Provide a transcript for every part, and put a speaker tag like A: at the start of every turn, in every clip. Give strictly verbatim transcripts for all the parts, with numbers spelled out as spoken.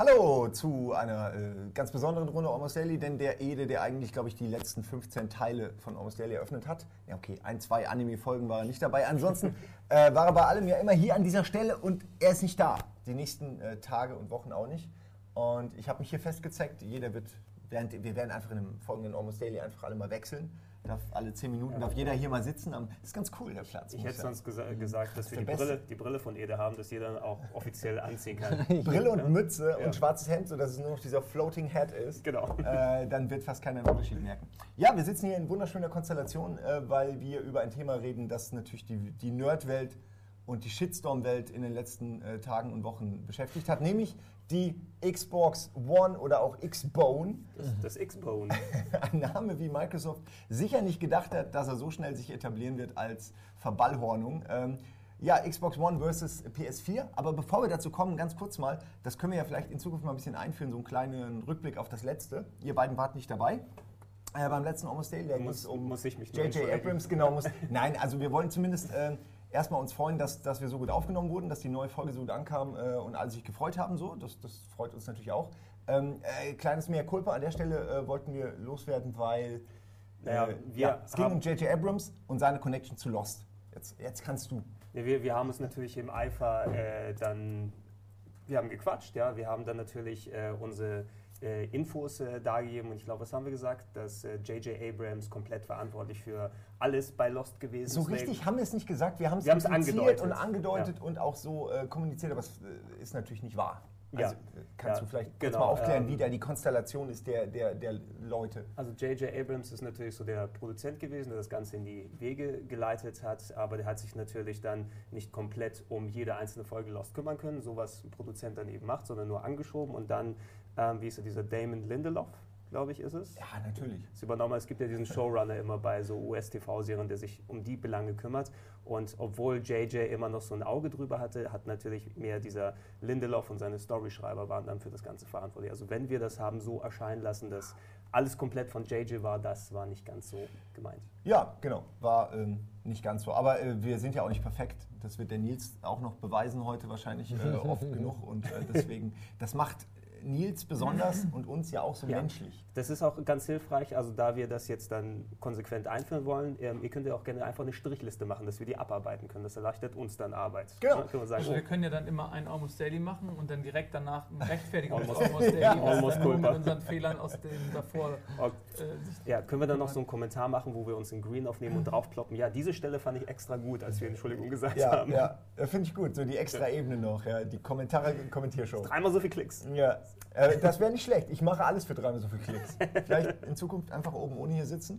A: Hallo zu einer äh, ganz besonderen Runde Almost Daily, denn der Ede, der eigentlich, glaube ich, die letzten fünfzehn Teile von Almost Daily eröffnet hat, ja okay, ein, zwei Anime-Folgen war er nicht dabei, ansonsten äh, war er bei allem ja immer hier an dieser Stelle und er ist nicht da, die nächsten äh, Tage und Wochen auch nicht. Und ich habe mich hier festgezeckt, jeder wird, während, wir werden einfach in einem folgenden Almost Daily einfach alle mal wechseln. Darf alle zehn Minuten ja. darf jeder hier mal sitzen. Das ist ganz cool, der Platz.
B: Ich hätte sonst gesa gesagt, dass wir die Brille, die Brille von Ede haben, dass jeder auch offiziell anziehen kann.
A: Brille und Mütze ja. und schwarzes Hemd, sodass es nur noch dieser Floating Hat ist.
B: Genau.
A: Äh, dann wird fast keiner einen Unterschied merken. Ja, wir sitzen hier in wunderschöner Konstellation, äh, weil wir über ein Thema reden, das natürlich die, die Nerd-Welt und die Shitstorm-Welt in den letzten äh, Tagen und Wochen beschäftigt hat, nämlich die Xbox One oder auch X-Bone.
B: Das, das X-Bone.
A: Ein Name, wie Microsoft sicher nicht gedacht hat, dass er so schnell sich etablieren wird als Verballhornung. Ähm, ja, Xbox One versus P S vier. Aber bevor wir dazu kommen, ganz kurz mal, das können wir ja vielleicht in Zukunft mal ein bisschen einführen, so einen kleinen Rückblick auf das Letzte. Ihr beiden wart nicht dabei. Äh, beim letzten Almost Daily, da ging es um
B: muss ich mich
A: J J Abrams. Genau, muss, nein, also wir wollen zumindest äh, erstmal uns freuen, dass, dass wir so gut aufgenommen wurden, dass die neue Folge so gut ankam äh, und alle sich gefreut haben. So. Das, das freut uns natürlich auch. Ähm, äh, kleines Mea Culpa an der Stelle äh, wollten wir loswerden, weil äh,
B: naja, wir
A: ja, es ging um J J Abrams und seine Connection zu Lost. Jetzt, jetzt kannst du.
B: Ja, wir, wir haben uns natürlich im Eifer äh, dann, wir haben gequatscht, ja, wir haben dann natürlich äh, unsere Äh, Infos äh, dargegeben und ich glaube, was haben wir gesagt, dass äh, J J Abrams komplett verantwortlich für alles bei Lost gewesen ist.
A: So richtig haben wir es nicht gesagt, wir haben es
B: angedeutet
A: und angedeutet ja. und auch so äh, kommuniziert, aber es äh, ist natürlich nicht wahr. Also,
B: ja.
A: Kannst
B: ja.
A: du vielleicht
B: genau.
A: kurz mal aufklären,
B: ähm,
A: wie da die Konstellation ist der, der, der Leute?
B: Also J J Abrams ist natürlich so der Produzent gewesen, der das Ganze in die Wege geleitet hat, aber der hat sich natürlich dann nicht komplett um jede einzelne Folge Lost kümmern können, so was ein Produzent dann eben macht, sondern nur angeschoben und dann, ähm, wie ist er, dieser Damon Lindelof, glaube ich, ist es.
A: Ja, natürlich.
B: Das übernommen. Es gibt ja diesen Showrunner immer bei so U S-T V-Serien, der sich um die Belange kümmert. Und obwohl J J immer noch so ein Auge drüber hatte, hat natürlich mehr dieser Lindelof und seine Storyschreiber waren dann für das Ganze verantwortlich. Also wenn wir das haben so erscheinen lassen, dass alles komplett von J J war, das war nicht ganz so gemeint.
A: Ja, genau. War ähm, nicht ganz so. Aber äh, wir sind ja auch nicht perfekt. Das wird der Nils auch noch beweisen heute wahrscheinlich äh, oft genug. Und äh, deswegen, das macht Nils besonders und uns ja auch so
B: ja,
A: menschlich.
B: Das ist auch ganz hilfreich, also da wir das jetzt dann konsequent einführen wollen, ähm, ihr könnt ja auch gerne einfach eine Strichliste machen, dass wir die abarbeiten können. Das erleichtert uns dann Arbeit.
A: Genau.
B: Ja, können wir sagen,
C: also
B: oh.
C: wir können ja dann immer ein Almost Daily machen und dann direkt danach eine Rechtfertigung des Almost Daily,
B: ja.
C: was
B: Almost
C: dann nur mit unseren Fehlern aus dem davor...
B: Okay. Äh, ja, können wir dann noch so einen Kommentar machen, wo wir uns in Green aufnehmen und draufploppen. Ja, diese Stelle fand ich extra gut, als wir Entschuldigung gesagt
A: ja,
B: haben.
A: Ja, finde ich gut. So die extra Ebene noch, ja, die Kommentare, Kommentiershow.
B: Dreimal so viel Klicks.
A: Ja, äh, das wäre nicht schlecht. Ich mache alles für dreimal so viel Klicks. Vielleicht in Zukunft einfach oben ohne hier sitzen.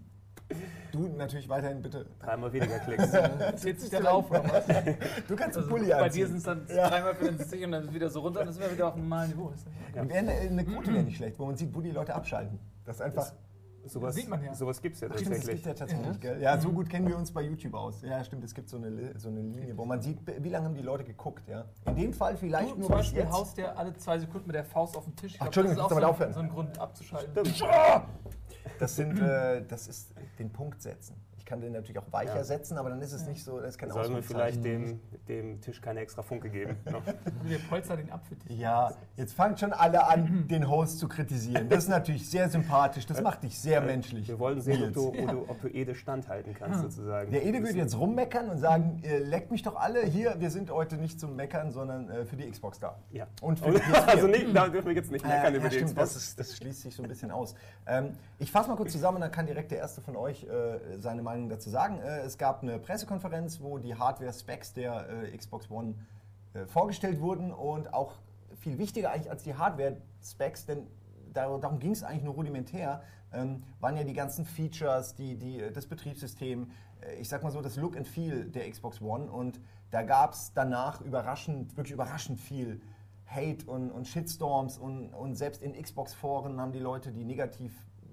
A: Du natürlich weiterhin bitte.
B: Dreimal weniger Klicks.
C: Zählt sich dann auf, oder was?
A: Du kannst
C: also
A: einen Pulli anziehen.
C: Bei dir sind es dann ja. dreimal vierundsiebzig und dann ist es wieder so runter und dann sind wir wieder auf normalen Niveau.
A: Ja. Eine, eine Quote wäre nicht schlecht, wo man sieht, wo die Leute abschalten. Das ist einfach...
B: Das sowas,
C: sieht man ja.
B: Sowas gibt es ja
A: Ach,
B: tatsächlich.
A: Stimmt, das gibt ja tatsächlich, ja. Gell? Ja, so gut kennen wir uns bei YouTube aus. Ja, stimmt, es gibt so eine, so eine Linie, wo man sieht, wie lange haben die Leute geguckt. Ja? In dem Fall vielleicht
C: du,
A: nur
C: zum
A: bis
C: Beispiel
A: jetzt.
C: haust der alle zwei Sekunden mit der Faust auf den Tisch. Ich
A: Ach,
C: glaub,
A: Entschuldigung,
C: das ist auch
A: damit
C: so,
A: aufhören.
C: so ein Grund abzuschalten.
A: Stimmt. Das, sind, äh, das ist den Punkt setzen. Ich kann den natürlich auch weicher ja. setzen, aber dann ist es ja. nicht so, das ist kein
B: Sollen wir vielleicht dem, dem Tisch keine extra Funke geben?
C: Wir polstern den ab für dich.
A: Ja, jetzt fangen schon alle an, den Host zu kritisieren. Das ist natürlich sehr sympathisch, das macht dich sehr menschlich.
B: Wir wollen sehen, ob du, ob, du, ob du Ede standhalten kannst, sozusagen.
A: Der Ede würde jetzt rummeckern und sagen, äh, leckt mich doch alle, hier, wir sind heute nicht zum Meckern, sondern äh, für die Xbox da.
B: Ja.
A: Und für die P S vier.
B: Also nicht, da dürfen wir jetzt nicht meckern
A: äh,
B: über
A: ja,
B: die
A: stimmt,
B: Xbox.
A: Das, ist, das schließt sich so ein bisschen aus. Ähm, ich fasse mal kurz zusammen, dann kann direkt der Erste von euch äh, seine Meinung dazu sagen. Äh, es gab eine Pressekonferenz, wo die Hardware-Specs der äh, Xbox One äh, vorgestellt wurden und auch viel wichtiger eigentlich als die Hardware-Specs, denn da, darum ging es eigentlich nur rudimentär, ähm, waren ja die ganzen Features, die, die, das Betriebssystem, äh, ich sag mal so das Look and Feel der Xbox One und da gab es danach überraschend, wirklich überraschend viel Hate und, und Shitstorms und, und selbst in Xbox-Foren haben die Leute, die negativ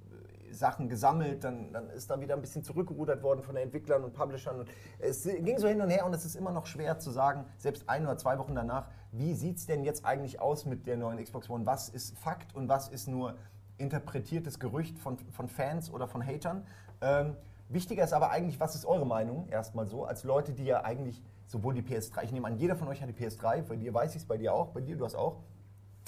A: Sachen gesammelt, dann, dann ist da wieder ein bisschen zurückgerudert worden von den Entwicklern und Publishern. Und es ging so hin und her und es ist immer noch schwer zu sagen, selbst ein oder zwei Wochen danach, wie sieht es denn jetzt eigentlich aus mit der neuen Xbox One? Was ist Fakt und was ist nur interpretiertes Gerücht von, von Fans oder von Hatern? Ähm, wichtiger ist aber eigentlich, was ist eure Meinung erstmal so, als Leute, die ja eigentlich sowohl die P S drei, ich nehme an, jeder von euch hat die P S drei, bei dir weiß ich es, bei dir auch, bei dir, du hast auch.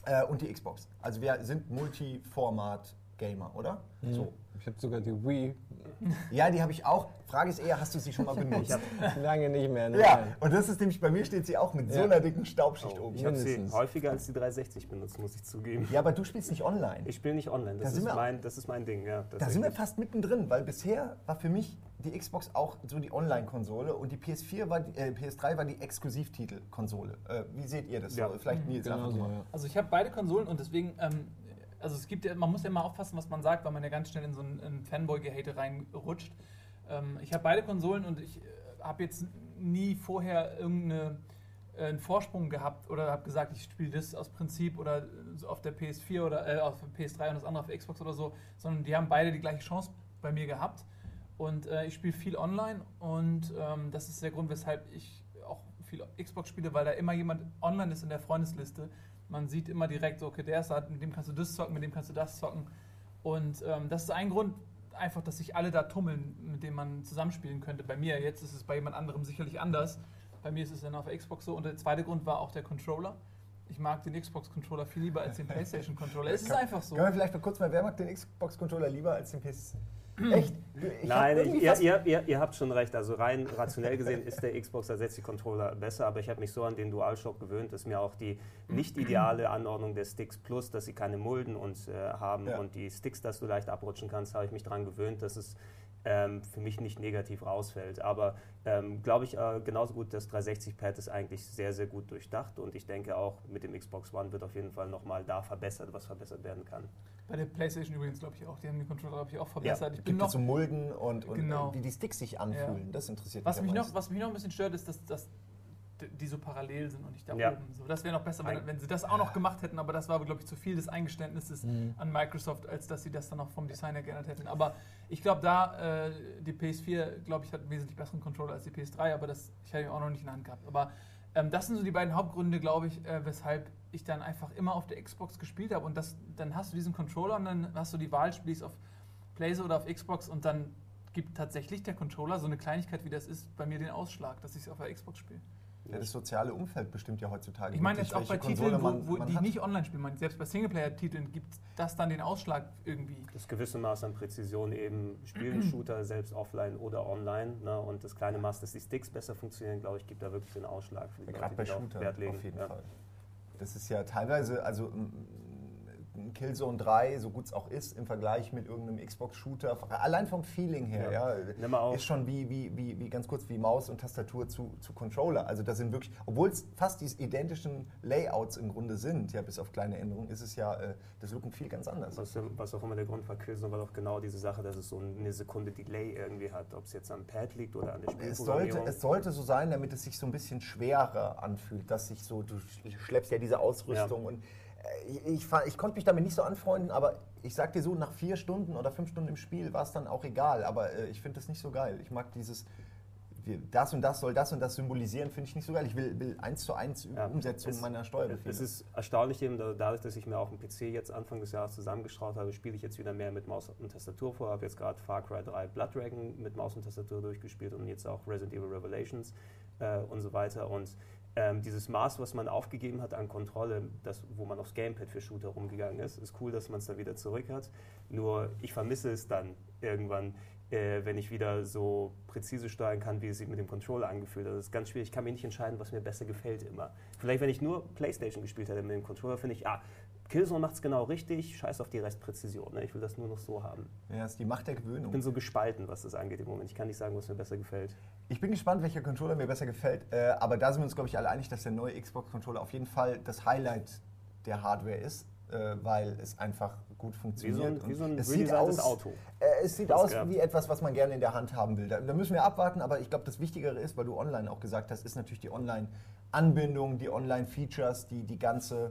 A: Äh, und die Xbox. Also wir sind Multiformat-Gamer, oder?
D: Mhm. So. Ich habe sogar die Wii.
A: Ja, die habe ich auch. Frage ist eher, hast du sie schon mal benutzt?
D: Ich habe lange nicht mehr. Ne?
A: Ja, und das ist nämlich, bei mir steht sie auch mit ja. so einer dicken Staubschicht
B: oh,
A: oben.
B: Ich habe sie häufiger als die dreihundertsechzig benutzt, muss ich zugeben.
A: Ja, aber du spielst nicht online.
B: Ich spiele nicht online, das,
A: da
B: ist mein, das ist mein Ding. Ja,
A: da sind wir fast mittendrin, weil bisher war für mich die Xbox auch so die Online-Konsole und die P S vier war die, äh, P S drei war die Exklusivtitel-Konsole. Äh, wie seht ihr das?
B: Ja.
A: So? Vielleicht Nils
D: genau so, ja.
C: Also ich habe beide Konsolen und deswegen, ähm, also es gibt ja, man muss ja immer aufpassen, was man sagt, weil man ja ganz schnell in so ein Fanboy-Gehate reinrutscht. Ähm, ich habe beide Konsolen und ich äh, habe jetzt nie vorher irgendeinen äh, Vorsprung gehabt oder habe gesagt, ich spiele das aus Prinzip oder so auf der P S vier oder äh, auf der P S drei und das andere auf Xbox oder so, sondern die haben beide die gleiche Chance bei mir gehabt. Und äh, ich spiele viel online und ähm, das ist der Grund, weshalb ich auch viel Xbox spiele, weil da immer jemand online ist in der Freundesliste. Man sieht immer direkt so, okay, der ist da, mit dem kannst du das zocken, mit dem kannst du das zocken. Und ähm, das ist ein Grund, einfach, dass sich alle da tummeln, mit denen man zusammenspielen könnte. Bei mir, jetzt ist es bei jemand anderem sicherlich anders. Bei mir ist es dann auf der Xbox so. Und der zweite Grund war auch der Controller. Ich mag den Xbox-Controller viel lieber als den PlayStation-Controller. Es ist
A: kann,
C: einfach so.
A: Können wir vielleicht mal kurz mal, wer mag den Xbox-Controller lieber als den P S? Echt?
B: Ich Nein, ich, ihr, ihr, ihr, ihr habt schon recht. Also rein rationell gesehen ist der Xbox tatsächlich Controller besser, aber ich habe mich so an den DualShock gewöhnt, dass mir auch die nicht ideale Anordnung der Sticks plus, dass sie keine Mulden und, äh, haben ja. und die Sticks, dass du leicht abrutschen kannst, habe ich mich daran gewöhnt, dass es ähm, für mich nicht negativ rausfällt. Aber ähm, glaube ich äh, genauso gut, das dreihundertsechzig-Pad ist eigentlich sehr, sehr gut durchdacht und ich denke auch mit dem Xbox One wird auf jeden Fall nochmal da verbessert, was verbessert werden kann.
C: Bei der PlayStation übrigens, glaube ich auch. Die haben den Controller, glaube ich, auch verbessert.
A: Ja,
C: ich bin
A: noch so Mulden und, und
C: genau.
A: wie die Sticks sich anfühlen. Ja. Das interessiert
C: was
A: mich.
C: Mich noch, was mich noch ein bisschen stört, ist, dass, dass die so parallel sind und nicht da
B: ja.
C: oben. So, das wäre noch besser, wenn, wenn sie das auch noch gemacht hätten. Aber das war, glaube ich, zu viel des Eingeständnisses mhm. an Microsoft, als dass sie das dann noch vom Design her geändert hätten. Aber ich glaube, da, äh, die P S vier, glaube ich, hat einen wesentlich besseren Controller als die P S drei. Aber das, ich habe ihn auch noch nicht in der Hand gehabt. Aber ähm, das sind so die beiden Hauptgründe, glaube ich, äh, weshalb ich dann einfach immer auf der Xbox gespielt habe. Und das, dann hast du diesen Controller und dann hast du die Wahl, spielst auf PlayStation oder auf Xbox und dann gibt tatsächlich der Controller, so eine Kleinigkeit wie das ist, bei mir den Ausschlag, dass ich es auf der Xbox spiele.
A: Ja, das soziale Umfeld bestimmt ja heutzutage.
C: Ich meine jetzt auch bei Titeln, wo, wo die hat. nicht online spielen. Man, selbst bei Singleplayer-Titeln gibt das dann den Ausschlag irgendwie.
B: Das gewisse Maß an Präzision eben spielen Shooter selbst offline oder online. Ne? Und das kleine Maß, dass die Sticks besser funktionieren, glaube ich, gibt da wirklich den Ausschlag für die
A: ja,
B: Leute,
A: gerade bei
B: die
A: Shooter
B: Wert legen.
A: Auf jeden
B: ja.
A: Fall. Das ist ja teilweise, also Killzone drei, so gut es auch ist, im Vergleich mit irgendeinem Xbox-Shooter, allein vom Feeling her, ja, ja ist schon wie, wie, wie, wie ganz kurz wie Maus und Tastatur zu, zu Controller. Also das sind wirklich, obwohl es fast die identischen Layouts im Grunde sind, ja, bis auf kleine Änderungen, ist es ja, das Look and Feel ganz anders.
B: Was, was auch immer der Grund war, Killzone war doch genau diese Sache, dass es so eine Sekunde Delay irgendwie hat, ob es jetzt am Pad liegt oder an der Spielprogrammierung.
A: Es sollte, es sollte so sein, damit es sich so ein bisschen schwerer anfühlt, dass sich so, du schleppst ja diese Ausrüstung ja. und Ich, ich, ich konnte mich damit nicht so anfreunden, aber ich sag dir so, nach vier Stunden oder fünf Stunden im Spiel war es dann auch egal. Aber äh, ich finde das nicht so geil. Ich mag dieses, das und das soll das und das symbolisieren, finde ich nicht so geil. Ich will, will eins zu eins ja, Umsetzung es, meiner Steuerbefehle.
B: Es ist erstaunlich eben, dadurch, dass ich mir auch einen P C jetzt Anfang des Jahres zusammengeschraubt habe, spiele ich jetzt wieder mehr mit Maus und Tastatur vor. Habe jetzt gerade Far Cry drei Blood Dragon mit Maus und Tastatur durchgespielt und jetzt auch Resident Evil Revelations äh, und so weiter. Und Ähm, dieses Maß, was man aufgegeben hat an Kontrolle, das, wo man aufs Gamepad für Shooter rumgegangen ist, ist cool, dass man es dann wieder zurück hat. Nur ich vermisse es dann irgendwann, äh, wenn ich wieder so präzise steuern kann, wie es sich mit dem Controller angefühlt hat. Das ist ganz schwierig. Ich kann mir nicht entscheiden, was mir besser gefällt immer. Vielleicht, wenn ich nur PlayStation gespielt hätte mit dem Controller, finde ich, ah, Killzone macht es genau richtig, scheiß auf die Restpräzision. Ne? Ich will das nur noch so haben.
A: Ja, das ist die Macht der Gewöhnung.
B: Ich bin so gespalten, was das angeht im Moment. Ich kann nicht sagen, was mir besser gefällt.
A: Ich bin gespannt, welcher Controller mir besser gefällt. Äh, aber da sind wir uns, glaube ich, alle einig, dass der neue Xbox-Controller auf jeden Fall das Highlight der Hardware ist, äh, weil es einfach gut funktioniert.
B: Wie so ein, wie so ein
A: es sieht aus,
B: Auto.
A: Äh, es sieht aus wie etwas, was man gerne in der Hand haben will. Da, da müssen wir abwarten, aber ich glaube, das Wichtigere ist, weil du online auch gesagt hast, ist natürlich die Online-Anbindung, die Online-Features, die, die ganze...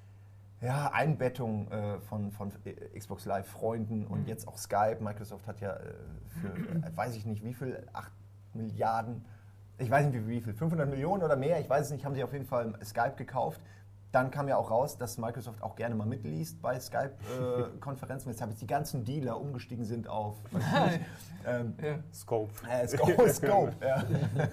A: Ja, Einbettung äh, von, von Xbox Live-Freunden und mhm. jetzt auch Skype. Microsoft hat ja äh, für, äh, weiß ich nicht wie viel, acht Milliarden, ich weiß nicht wie viel, fünfhundert Millionen oder mehr, ich weiß es nicht, haben sie auf jeden Fall Skype gekauft. dann kam ja auch raus, dass Microsoft auch gerne mal mitliest bei Skype-Konferenzen, äh, weshalb jetzt die ganzen Dealer umgestiegen sind auf weiß ich nicht, ähm,
B: ja. Scope.
A: Äh, Scope, Scope, ja.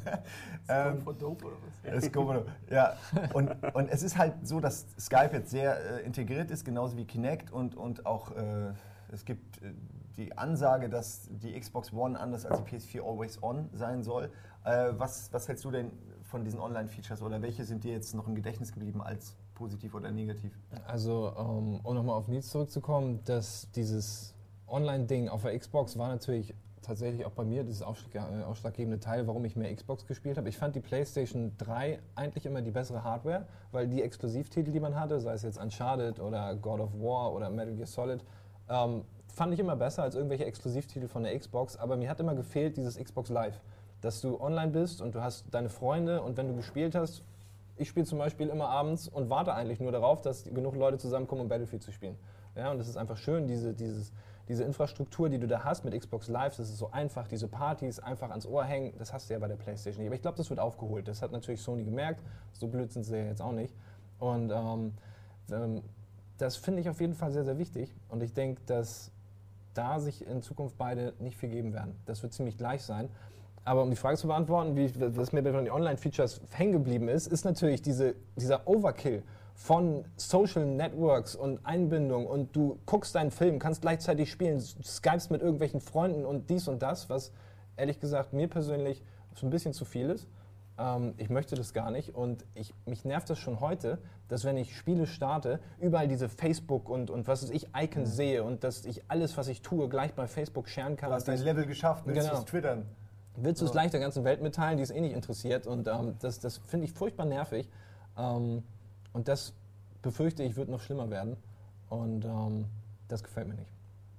C: Scope for Dope oder was?
A: Scope, ja. Und, und es ist halt so, dass Skype jetzt sehr äh, integriert ist, genauso wie Kinect und, und auch äh, es gibt äh, die Ansage, dass die Xbox One anders als die P S vier Always On sein soll. Äh, was, was hältst du denn von diesen Online-Features oder welche sind dir jetzt noch im Gedächtnis geblieben als positiv oder negativ?
D: Also, um, um nochmal auf Nils zurückzukommen, dass dieses Online-Ding auf der Xbox war natürlich tatsächlich auch bei mir das ausschlag, äh, ausschlaggebende Teil, warum ich mehr Xbox gespielt habe. Ich fand die PlayStation drei eigentlich immer die bessere Hardware, weil die Exklusivtitel, die man hatte, sei es jetzt Uncharted oder God of War oder Metal Gear Solid, ähm, fand ich immer besser als irgendwelche Exklusivtitel von der Xbox, aber mir hat immer gefehlt dieses Xbox Live, dass du online bist und du hast deine Freunde und wenn du gespielt hast, ich spiele zum Beispiel immer abends und warte eigentlich nur darauf, dass genug Leute zusammenkommen, um Battlefield zu spielen. Ja, und das ist einfach schön, diese, dieses, diese Infrastruktur, die du da hast mit Xbox Live, das ist so einfach, diese Partys einfach ans Ohr hängen, das hast du ja bei der PlayStation nicht. Aber ich glaube, das wird aufgeholt. Das hat natürlich Sony gemerkt, so blöd sind sie ja jetzt auch nicht. Und ähm, ähm, das finde ich auf jeden Fall sehr, sehr wichtig und ich denke, dass da sich in Zukunft beide nicht viel geben werden. Das wird ziemlich gleich sein. Aber um die Frage zu beantworten, wie, was mir bei den Online-Features hängen geblieben ist, ist natürlich diese, dieser Overkill von Social Networks und Einbindung und du guckst deinen Film, kannst gleichzeitig spielen, skypest mit irgendwelchen Freunden und dies und das, was ehrlich gesagt mir persönlich so ein bisschen zu viel ist. Ähm, ich möchte das gar nicht und ich, mich nervt das schon heute, dass wenn ich Spiele starte, überall diese Facebook und, und was weiß ich, Icons mhm. sehe und dass ich alles, was ich tue, gleich bei Facebook sharen kann.
A: Du hast dein Level geschafft, willst
D: genau.
A: du es twittern?
D: Willst du es gleich der ganzen Welt mitteilen, die es eh nicht interessiert und ähm, das, das finde ich furchtbar nervig ähm, und das befürchte ich, wird noch schlimmer werden und ähm, das gefällt mir nicht.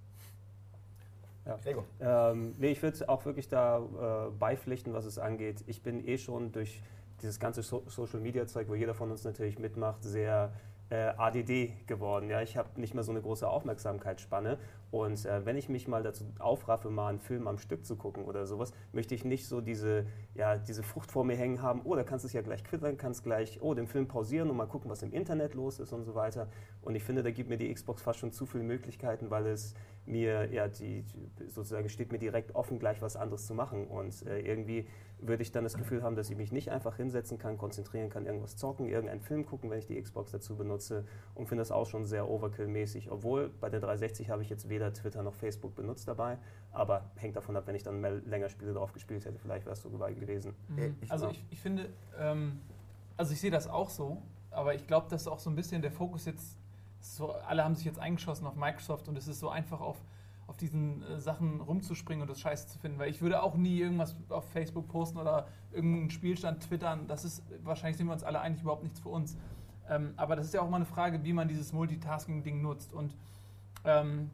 B: Ja. Ähm, nee, ich würde auch wirklich da äh, beipflichten, was es angeht. Ich bin eh schon durch dieses ganze so Social-Media-Zeug, wo jeder von uns natürlich mitmacht, sehr äh, A D D geworden. Ja? Ich habe nicht mehr so eine große Aufmerksamkeitsspanne und äh, wenn ich mich mal dazu aufraffe, mal einen Film am Stück zu gucken oder sowas, möchte ich nicht so diese, ja, diese Frucht vor mir hängen haben, oh, da kannst du es ja gleich quittern, kannst gleich, oh, den Film pausieren und mal gucken, was im Internet los ist und so weiter. Und ich finde, da gibt mir die Xbox fast schon zu viele Möglichkeiten, weil es mir, ja, die, sozusagen steht mir direkt offen, gleich was anderes zu machen. Und äh, irgendwie würde ich dann das Gefühl haben, dass ich mich nicht einfach hinsetzen kann, konzentrieren kann, irgendwas zocken, irgendeinen Film gucken, wenn ich die Xbox dazu benutze und finde das auch schon sehr Overkill-mäßig. Obwohl, bei der dreihundertsechzig habe ich jetzt weder Twitter noch Facebook benutzt dabei, aber hängt davon ab, wenn ich dann mehr, länger Spiele drauf gespielt hätte, vielleicht wäre es so gewesen.
C: Mhm. Also ich, ich finde, ähm, also ich sehe das auch so, aber ich glaube, dass auch so ein bisschen der Fokus jetzt so, alle haben sich jetzt eingeschossen auf Microsoft und es ist so einfach auf, auf diesen äh, Sachen rumzuspringen und das Scheiße zu finden, weil ich würde auch nie irgendwas auf Facebook posten oder irgendeinen Spielstand twittern, das ist, wahrscheinlich sind wir uns alle eigentlich überhaupt nichts für uns. Ähm, aber das ist ja auch mal eine Frage, wie man dieses Multitasking-Ding nutzt und ähm,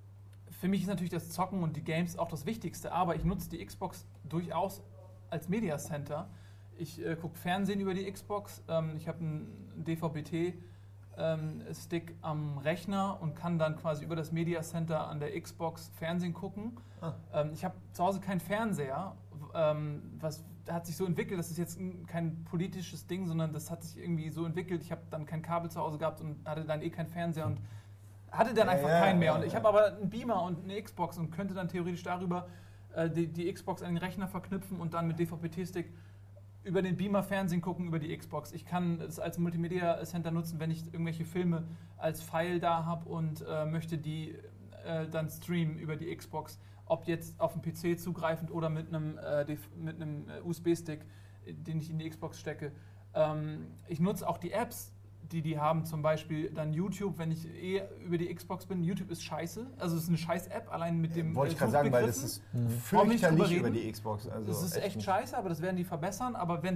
C: für mich ist natürlich das Zocken und die Games auch das Wichtigste, aber ich nutze die Xbox durchaus als Media Center. Ich äh, gucke Fernsehen über die Xbox, ähm, ich habe einen D V B T Ähm, Stick am Rechner und kann dann quasi über das Media Center an der Xbox Fernsehen gucken. Ah. Ähm, ich habe zu Hause keinen Fernseher, ähm, was hat sich so entwickelt, das ist jetzt kein politisches Ding, sondern das hat sich irgendwie so entwickelt. Ich habe dann kein Kabel zu Hause gehabt und hatte dann eh keinen Fernseher und hatte dann einfach ja, keinen mehr. Und ich habe aber einen Beamer und eine Xbox und könnte dann theoretisch darüber äh, die, die Xbox an den Rechner verknüpfen und dann mit D V B T-Stick über den Beamer Fernsehen gucken, über die Xbox. Ich kann es als Multimedia Center nutzen, wenn ich irgendwelche Filme als File da habe und äh, möchte die äh, dann streamen über die Xbox. Ob jetzt auf dem P C zugreifend oder mit einem, äh, mit einem U S B-Stick, den ich in die Xbox stecke. Ähm, ich nutze auch die Apps, die die haben, zum Beispiel dann YouTube, wenn ich eh über die Xbox bin. YouTube ist scheiße, also es ist eine scheiß App, allein mit dem
A: Wollte ich gerade sagen, weil das ist mhm. fürchterlich über die Xbox. Also
C: das ist echt, echt scheiße, aber das werden die verbessern. Aber wenn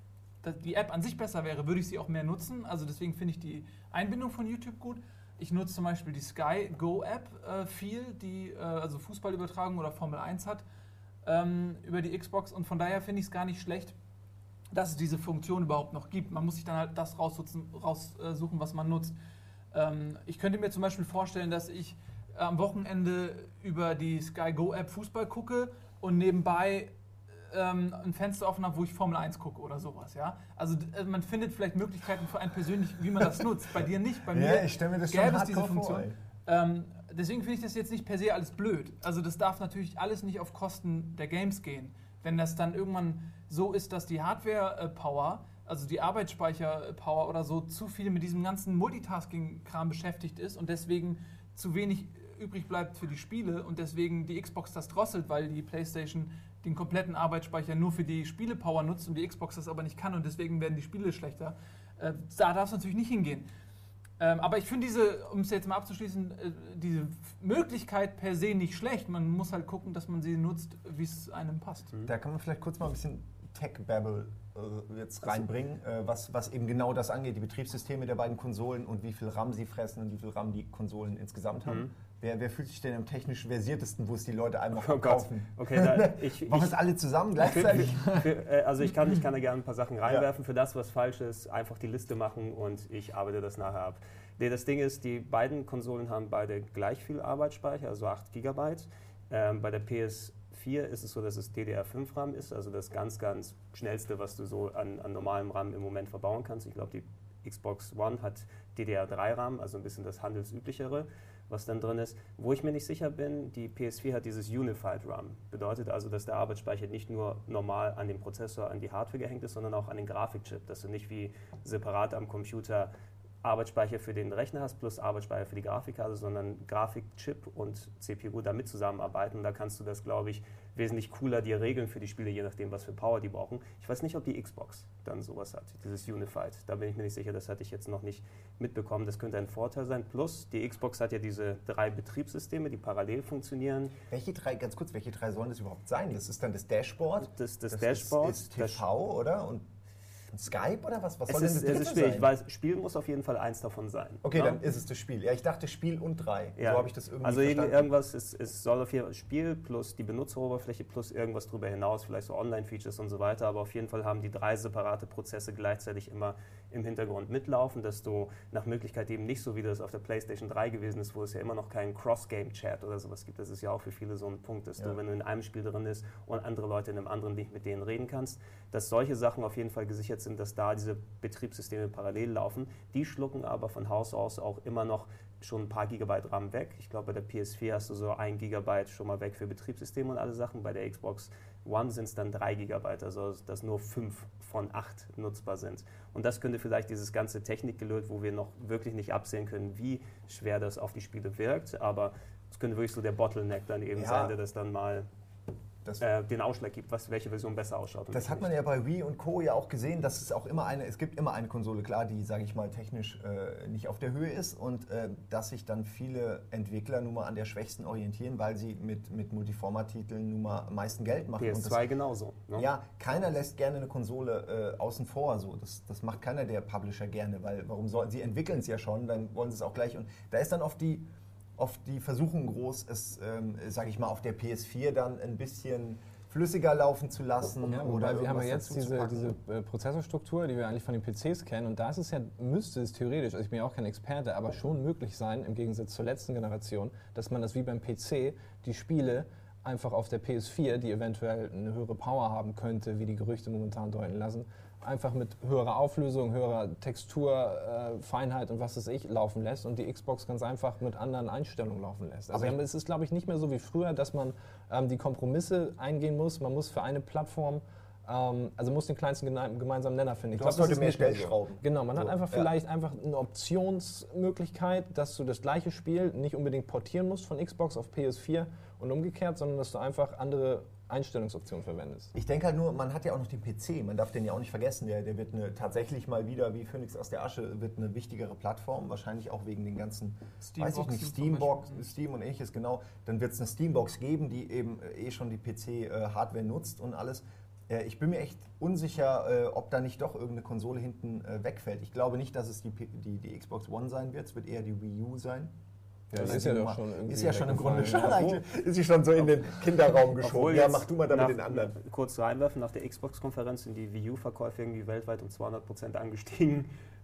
C: die App an sich besser wäre, würde ich sie auch mehr nutzen. Also deswegen finde ich die Einbindung von YouTube gut. Ich nutze zum Beispiel die Sky Go App äh, viel, die äh, also Fußballübertragung oder Formel eins hat, ähm, über die Xbox. Und von daher finde ich es gar nicht schlecht, dass es diese Funktion überhaupt noch gibt. Man muss sich dann halt das raussuchen, raussuchen was man nutzt. Ähm, ich könnte mir zum Beispiel vorstellen, dass ich am Wochenende über die Sky Go App Fußball gucke und nebenbei ähm, ein Fenster offen habe, wo ich Formel eins gucke oder sowas, ja. Also d- man findet vielleicht Möglichkeiten für einen persönlich, wie man das nutzt. Bei dir nicht, bei mir
A: Ja, ich stelle mir das schon
C: gäbe es diese
A: hardcore vor,
C: Funktion.
A: ey.
C: Ähm, deswegen finde ich das jetzt nicht per se alles blöd. Also das darf natürlich alles nicht auf Kosten der Games gehen. Wenn das dann irgendwann so ist, dass die Hardware-Power, also die Arbeitsspeicher-Power oder so, zu viel mit diesem ganzen Multitasking-Kram beschäftigt ist und deswegen zu wenig übrig bleibt für die Spiele und deswegen die Xbox das drosselt, weil die PlayStation den kompletten Arbeitsspeicher nur für die Spiele-Power nutzt und die Xbox das aber nicht kann und deswegen werden die Spiele schlechter. Äh, da darf es natürlich nicht hingehen. Ähm, aber ich finde diese, um es jetzt mal abzuschließen, äh, diese F- Möglichkeit per se nicht schlecht. Man muss halt gucken, dass man sie nutzt, wie es einem passt.
A: Da kann man vielleicht kurz mal ein bisschen Tech-Babble äh, jetzt reinbringen, äh, was, was eben genau das angeht, die Betriebssysteme der beiden Konsolen und wie viel RAM sie fressen und wie viel RAM die Konsolen insgesamt haben.
B: Mhm.
A: Wer, wer fühlt sich denn am technisch versiertesten, wo es die Leute einmal
B: Oh Gott.
A: verkaufen?
B: Okay, da, ich,
A: Machen wir
B: ich,
A: es alle zusammen
B: Für,
A: gleichzeitig?
B: für, für, äh, also ich kann, ich kann da gerne ein paar Sachen reinwerfen. Für das, was falsch ist, einfach die Liste machen und ich arbeite das nachher ab. Nee, das Ding ist, die beiden Konsolen haben beide gleich viel Arbeitsspeicher, also acht Gigabyte. Ähm, bei der P S vier ist es so, dass es D D R fünf RAM ist, also das ganz, ganz schnellste, was du so an, an normalem RAM im Moment verbauen kannst. Ich glaube, die Xbox One hat D D R drei RAM, also ein bisschen das handelsüblichere, was dann drin ist. Wo ich mir nicht sicher bin, die P S vier hat dieses Unified RAM. Bedeutet also, dass der Arbeitsspeicher nicht nur normal an den Prozessor, an die Hardware gehängt ist, sondern auch an den Grafikchip, dass du nicht wie separat am Computer Arbeitsspeicher für den Rechner hast plus Arbeitsspeicher für die Grafikkarte, sondern Grafikchip und C P U damit zusammenarbeiten. Und da kannst du das, glaube ich, wesentlich cooler dir regeln für die Spiele, je nachdem, was für Power die brauchen. Ich weiß nicht, ob die Xbox dann sowas hat, dieses Unified. Da bin ich mir nicht sicher, das hatte ich jetzt noch nicht mitbekommen. Das könnte ein Vorteil sein. Plus, die Xbox hat ja diese drei Betriebssysteme, die parallel funktionieren.
A: Welche drei, ganz kurz, welche drei sollen das überhaupt sein? Das ist dann das Dashboard?
B: Das, das,
A: das
B: Dashboard.
A: ist, ist T V, oder? Und Skype oder was? Was
B: Es
A: soll
B: ist,
A: denn das
B: es ist
A: dritte
B: schwierig,
A: sein?
B: weil Spiel muss auf jeden Fall eins davon sein.
A: Okay,
B: ne?
A: dann ist es das Spiel. Ja, ich dachte Spiel und drei.
B: Ja.
A: So habe ich das irgendwie
B: Also irgend-
A: verstanden.
B: irgendwas, es, es soll auf jeden Fall Spiel plus die Benutzeroberfläche plus irgendwas drüber hinaus, vielleicht so Online-Features und so weiter, aber auf jeden Fall haben die drei separate Prozesse gleichzeitig immer im Hintergrund mitlaufen, dass du nach Möglichkeit eben nicht so, wie das auf der PlayStation drei gewesen ist, wo es ja immer noch keinen Cross-Game-Chat oder sowas gibt. Das ist ja auch für viele so ein Punkt, dass
A: Ja.
B: du, wenn du in einem Spiel drin bist und andere Leute in einem anderen nicht mit denen reden kannst, dass solche Sachen auf jeden Fall gesichert sind, dass da diese Betriebssysteme parallel laufen. Die schlucken aber von Haus aus auch immer noch schon ein paar Gigabyte RAM weg. Ich glaube, bei der P S vier hast du so ein Gigabyte schon mal weg für Betriebssysteme und alle Sachen. Bei der Xbox One sind es dann drei Gigabyte, also dass nur fünf von acht nutzbar sind. Und das könnte vielleicht dieses ganze Technikgelöt, wo wir noch wirklich nicht absehen können, wie schwer das auf die Spiele wirkt, aber es könnte wirklich so der Bottleneck dann eben
A: Ja.
B: sein, der das dann mal
A: Das,
B: äh, den Ausschlag gibt, was, welche Version besser ausschaut. und
A: das
B: welche
A: hat man
B: nicht.
A: ja bei Wii und Co. ja auch gesehen, dass es auch immer eine, es gibt immer eine Konsole, klar, die, sage ich mal, technisch äh, nicht auf der Höhe ist und äh, dass sich dann viele Entwickler nun mal an der Schwächsten orientieren, weil sie mit, mit Multiformat-Titeln nun mal am meisten Geld machen.
B: P S
A: Und
B: zwei
A: das,
B: genauso. Ne?
A: ja, keiner lässt gerne eine Konsole äh, außen vor, so. Das, das macht keiner der Publisher gerne, weil warum sollen sie entwickeln es ja schon, dann wollen sie es auch gleich. Und da ist dann oft die, oft die Versuchung groß, es, ähm, sage ich mal, auf der P S vier dann ein bisschen flüssiger laufen zu lassen.
D: Ja,
A: oder
D: wobei wir haben ja
A: irgendwas
D: jetzt diese,
A: dazuzupacken.
D: diese äh, Prozessorstruktur, die wir eigentlich von den P Cs kennen. Und da ist es ja, müsste es theoretisch, also ich bin ja auch kein Experte, aber schon möglich sein, im Gegensatz zur letzten Generation, dass man das wie beim P C, die Spiele einfach auf der P S vier, die eventuell eine höhere Power haben könnte, wie die Gerüchte momentan deuten lassen, einfach mit höherer Auflösung, höherer Textur, äh, Feinheit und was weiß ich laufen lässt und die Xbox ganz einfach mit anderen Einstellungen laufen lässt. Also
A: Aber
D: es ist, glaube ich, nicht mehr so wie früher, dass man ähm, die Kompromisse eingehen muss. Man muss für eine Plattform, ähm, also muss den kleinsten gene- gemeinsamen Nenner finden. Ich
A: Du
D: glaub,
A: hast
D: das
A: heute
D: ist
A: mehr
D: nicht mehr so.
A: Stellschrauben.
D: Genau, man hat
A: So,
D: einfach
A: ja.
D: vielleicht einfach eine Optionsmöglichkeit, dass du das gleiche Spiel nicht unbedingt portieren musst von Xbox auf P S vier und umgekehrt, sondern dass du einfach andere Einstellungsoptionen verwendest.
A: Ich denke halt nur, man hat ja auch noch den P C, man darf den ja auch nicht vergessen, der, der wird eine, tatsächlich mal wieder, wie Phoenix aus der Asche, wird eine wichtigere Plattform, wahrscheinlich auch wegen den ganzen, weiß ich nicht,
C: Steamboxen zum
A: Steambox,
C: Beispiel.
A: Steam und ähnliches, genau. Dann wird es eine Steambox geben, die eben äh, eh schon die P C-Hardware nutzt und alles. Äh, ich bin mir echt unsicher, äh, ob da nicht doch irgendeine Konsole hinten äh, wegfällt. Ich glaube nicht, dass es die, P- die, die Xbox One sein wird, es wird eher die Wii U sein.
D: Ja, das
A: Weil
D: ist
A: die
D: ja
A: Nummer-
D: doch schon irgendwie
A: Ist ja schon im Grunde schon
D: weggefallen, ja.
A: eigentlich, ist sie schon so in den Kinderraum geschoben.
B: Obwohl
A: Ja,
B: jetzt
A: mach du mal damit
B: nach-
A: den anderen.
B: Kurz reinwerfen, nach der Xbox-Konferenz sind die Wii U-Verkäufe irgendwie weltweit um zweihundert Prozent angestiegen.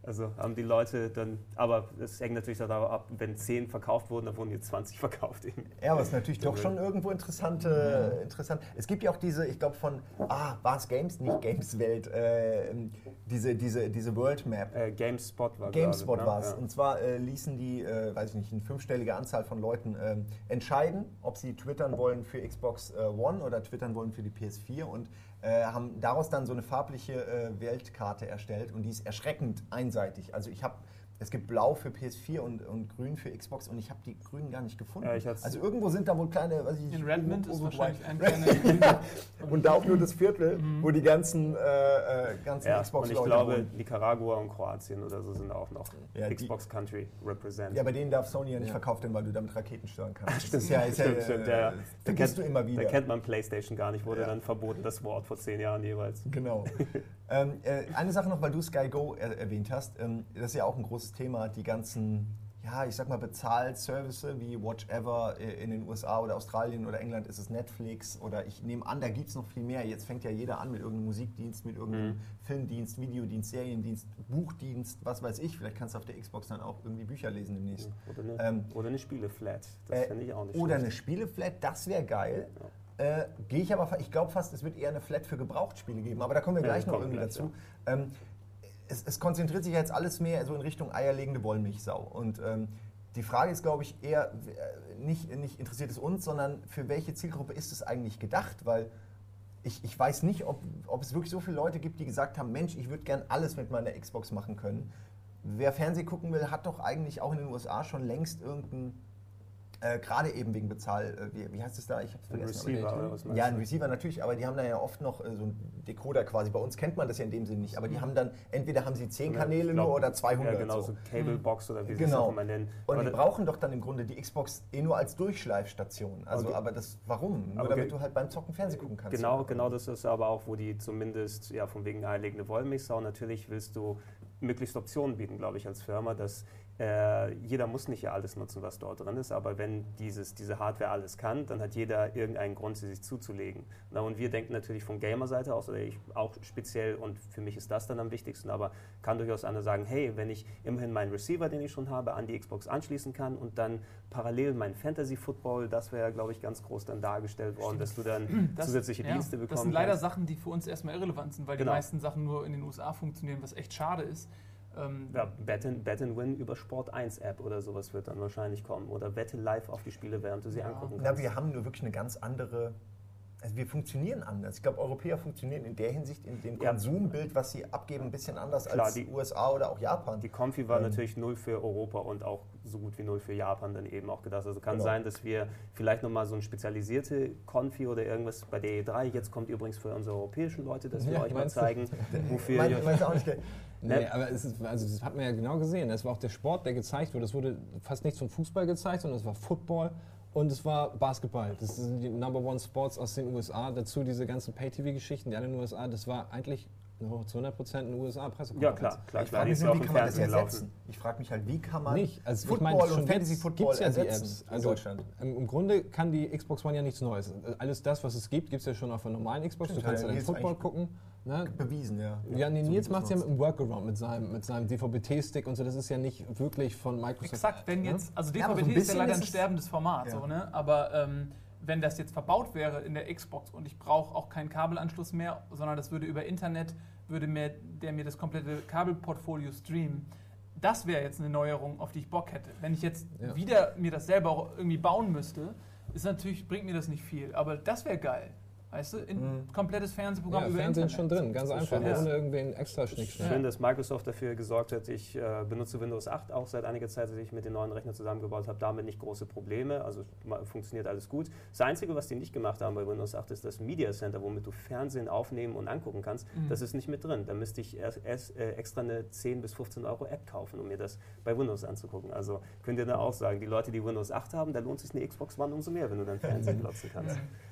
B: Also haben die Leute dann, aber es hängt natürlich darauf ab, wenn zehn verkauft wurden, dann wurden jetzt zwanzig verkauft. Eben.
A: Ja, aber es ist natürlich doch schon irgendwo interessante, mhm. interessant. Es gibt ja auch diese, ich glaube von, ah, war es Games, nicht Games-Welt, äh, diese, diese, diese World Map.
B: Äh, GameSpot war
A: GameSpot
B: ne?
A: war es.
B: Ja.
A: Und zwar äh, ließen die, äh, weiß ich nicht, eine fünfstellige Anzahl von Leuten äh, entscheiden, ob sie twittern wollen für Xbox äh, One oder twittern wollen für die P S vier und äh, haben daraus dann so eine farbliche äh, Weltkarte erstellt und die ist erschreckend einseitig. Also ich habe, es gibt Blau für P S vier und, und Grün für Xbox und ich habe die Grünen gar nicht gefunden.
B: Ja, ich
A: also irgendwo sind da wohl kleine, weiß ich
C: in Redmond ist wahrscheinlich ein
A: kleiner und da auch nur das Viertel, mhm. wo die ganzen, äh, ganzen
B: ja,
A: Xbox-Leute
B: und ich glaube,
A: wohnen.
B: Nicaragua und Kroatien oder so sind auch noch
A: ja,
B: Xbox Country represent.
A: Ja, bei denen darf Sony ja nicht ja. verkaufen, weil du damit Raketen steuern kannst.
B: Ach, stimmt, ja, stimmt,
A: ja,
B: stimmt.
A: Äh,
B: ja. Da
A: kennt du immer wieder.
B: Da kennt man PlayStation gar nicht, wurde
A: ja.
B: dann verboten, das Wort vor zehn Jahren jeweils.
A: Genau. ähm, äh, eine Sache noch, weil du Sky Go er erwähnt hast, ähm, das ist ja auch ein großes Thema, die ganzen ja, ich sag mal, Bezahlservice wie Watch Ever in den U S A oder Australien oder England ist es Netflix oder ich nehme an, da gibt es noch viel mehr. Jetzt fängt ja jeder an mit irgendeinem Musikdienst, mit irgendeinem mhm. Filmdienst, Videodienst, Seriendienst, Buchdienst, was weiß ich. Vielleicht kannst du auf der Xbox dann auch irgendwie Bücher lesen demnächst.
B: Oder eine, ähm, oder eine Spieleflat, das
A: äh,
B: fände ich auch nicht
A: Oder
B: schlecht.
A: eine Spieleflat, das wäre geil. Ja. Äh, Gehe ich aber, ich glaube fast, es wird eher eine Flat für Gebrauchtspiele geben, aber da kommen wir gleich ja, noch irgendwie gleich, dazu. Ja. Ähm, Es, es konzentriert sich jetzt alles mehr so in Richtung eierlegende Wollmilchsau. Und ähm, die Frage ist, glaube ich, eher nicht, nicht interessiert es uns, sondern für welche Zielgruppe ist es eigentlich gedacht? Weil ich, ich weiß nicht, ob, ob es wirklich so viele Leute gibt, die gesagt haben, Mensch, ich würde gern alles mit meiner Xbox machen können. Wer Fernsehen gucken will, hat doch eigentlich auch in den U S A schon längst irgendein Äh, gerade eben wegen Bezahl, äh, wie, wie heißt es da? Ich habe es vergessen.
B: Ein Receiver, oder was meinst
A: ja, ein Receiver natürlich, aber die haben da ja oft noch äh, so einen Decoder quasi. Bei uns kennt man das ja in dem Sinne nicht, aber die haben dann, entweder haben sie zehn Kanäle
B: glaub,
A: nur oder zweihundert.
B: Ja, genau, so, so Cablebox oder wie sie
A: genau.
B: es auch immer nennen.
A: Und
B: aber
A: die brauchen doch dann im Grunde die Xbox eh nur als Durchschleifstation. Also, okay. aber das, warum? Nur damit du halt beim Zocken Fernsehen gucken kannst.
B: Genau, oder? genau das ist aber auch, wo die zumindest, ja, von wegen eierlegende Wollmilchsau, natürlich willst du möglichst Optionen bieten, glaube ich, als Firma, dass äh, jeder muss nicht ja alles nutzen, was dort drin ist, aber wenn dieses, diese Hardware alles kann, dann hat jeder irgendeinen Grund, sie sich zuzulegen. Na, und wir denken natürlich von Gamer-Seite aus, oder ich auch speziell, und für mich ist das dann am wichtigsten, aber kann durchaus einer sagen, hey, wenn ich immerhin meinen Receiver, den ich schon habe, an die Xbox anschließen kann und dann parallel mein Fantasy-Football, das wäre, glaube ich, ganz groß dann dargestellt worden, dass du dann das, zusätzliche
C: ja,
B: Dienste bekommen kannst.
C: Das sind leider kannst. Sachen, die für uns erstmal irrelevant sind, weil
B: genau.
C: die meisten Sachen nur in den U S A funktionieren, was echt schade ist.
B: Ähm ja, Bet and, Bet and Win über Sport eins App oder sowas wird dann wahrscheinlich kommen. Oder wette live auf die Spiele, während du sie ja. angucken kannst.
A: Na, wir haben nur wirklich eine ganz andere... Also wir funktionieren anders. Ich glaube, Europäer funktionieren in der Hinsicht, in dem Konsumbild, was sie abgeben, ein bisschen anders Klar, als die U S A oder auch Japan.
B: Die Konfi war ähm. natürlich null für Europa und auch so gut wie null für Japan dann eben auch gedacht. Also kann genau. sein, dass wir vielleicht nochmal so eine spezialisierte Konfi oder irgendwas bei der E drei, jetzt kommt übrigens für unsere europäischen Leute, dass wir ja, euch mal zeigen, wofür...
A: Mein, meinst du auch nicht...
D: Nee, aber es ist, also das hat man ja genau gesehen. Es war auch der Sport, der gezeigt wurde. Es wurde fast nichts von Fußball gezeigt, sondern es war Football. Und es war Basketball. Das sind die Number One Sports aus den U S A. Dazu diese ganzen Pay-T V-Geschichten, die alle in den U S A. Das war eigentlich noch zu hundert Prozent in den U S A-Pressekonferenz.
B: Ja, klar. klar,
A: ich frage mich, wie kann man das ersetzen? Ich frage mich halt, wie kann man
D: nicht. Also
A: Football
D: ich meine,
A: und Fantasy-Football
D: ja
A: ersetzen
D: Apps.
A: in
D: also
A: Deutschland?
D: Im, Im Grunde kann die Xbox One ja nichts Neues. Alles das, was es gibt, gibt es ja schon auf der normalen Xbox.
A: Stimmt,
D: du kannst
A: ja,
D: ja den Football gucken. Ne?
A: Bewiesen, ja.
D: Ja, nee, Nils macht es ja mit dem Workaround, mit seinem, mit seinem D V B T-Stick und so. Das ist ja nicht wirklich von Microsoft.
C: Exakt, wenn jetzt, also D V B T
A: ja, so
C: ist ja leider ein sterbendes Format,
A: ja.
C: so, ne? Aber ähm, wenn das jetzt verbaut wäre in der Xbox und ich brauche auch keinen Kabelanschluss mehr, sondern das würde über Internet, würde mir, der mir das komplette Kabelportfolio streamen, das wäre jetzt eine Neuerung, auf die ich Bock hätte. Wenn ich jetzt ja. wieder mir das selber auch irgendwie bauen müsste, ist natürlich, bringt mir das nicht viel, aber das wäre geil. Weißt du, ein mhm. komplettes Fernsehprogramm
D: ja,
C: über
D: Fernsehen
C: Internet.
D: schon drin, ganz einfach,
B: schön,
D: ohne irgendwen extra Schnickschnack.
B: Schön, dass Microsoft dafür gesorgt hat. Ich äh, benutze Windows acht auch seit einiger Zeit, als ich mit den neuen Rechnern zusammengebaut habe. Damit nicht große Probleme, also funktioniert alles gut. Das Einzige, was die nicht gemacht haben bei Windows acht, ist das Media Center, womit du Fernsehen aufnehmen und angucken kannst. Mhm. Das ist nicht mit drin. Da müsste ich erst, erst äh, extra eine zehn bis fünfzehn Euro App kaufen, um mir das bei Windows anzugucken. Also könnt ihr da auch sagen, die Leute, die Windows acht haben, da lohnt sich eine Xbox One umso mehr, wenn du dann Fernsehen glotzen kannst.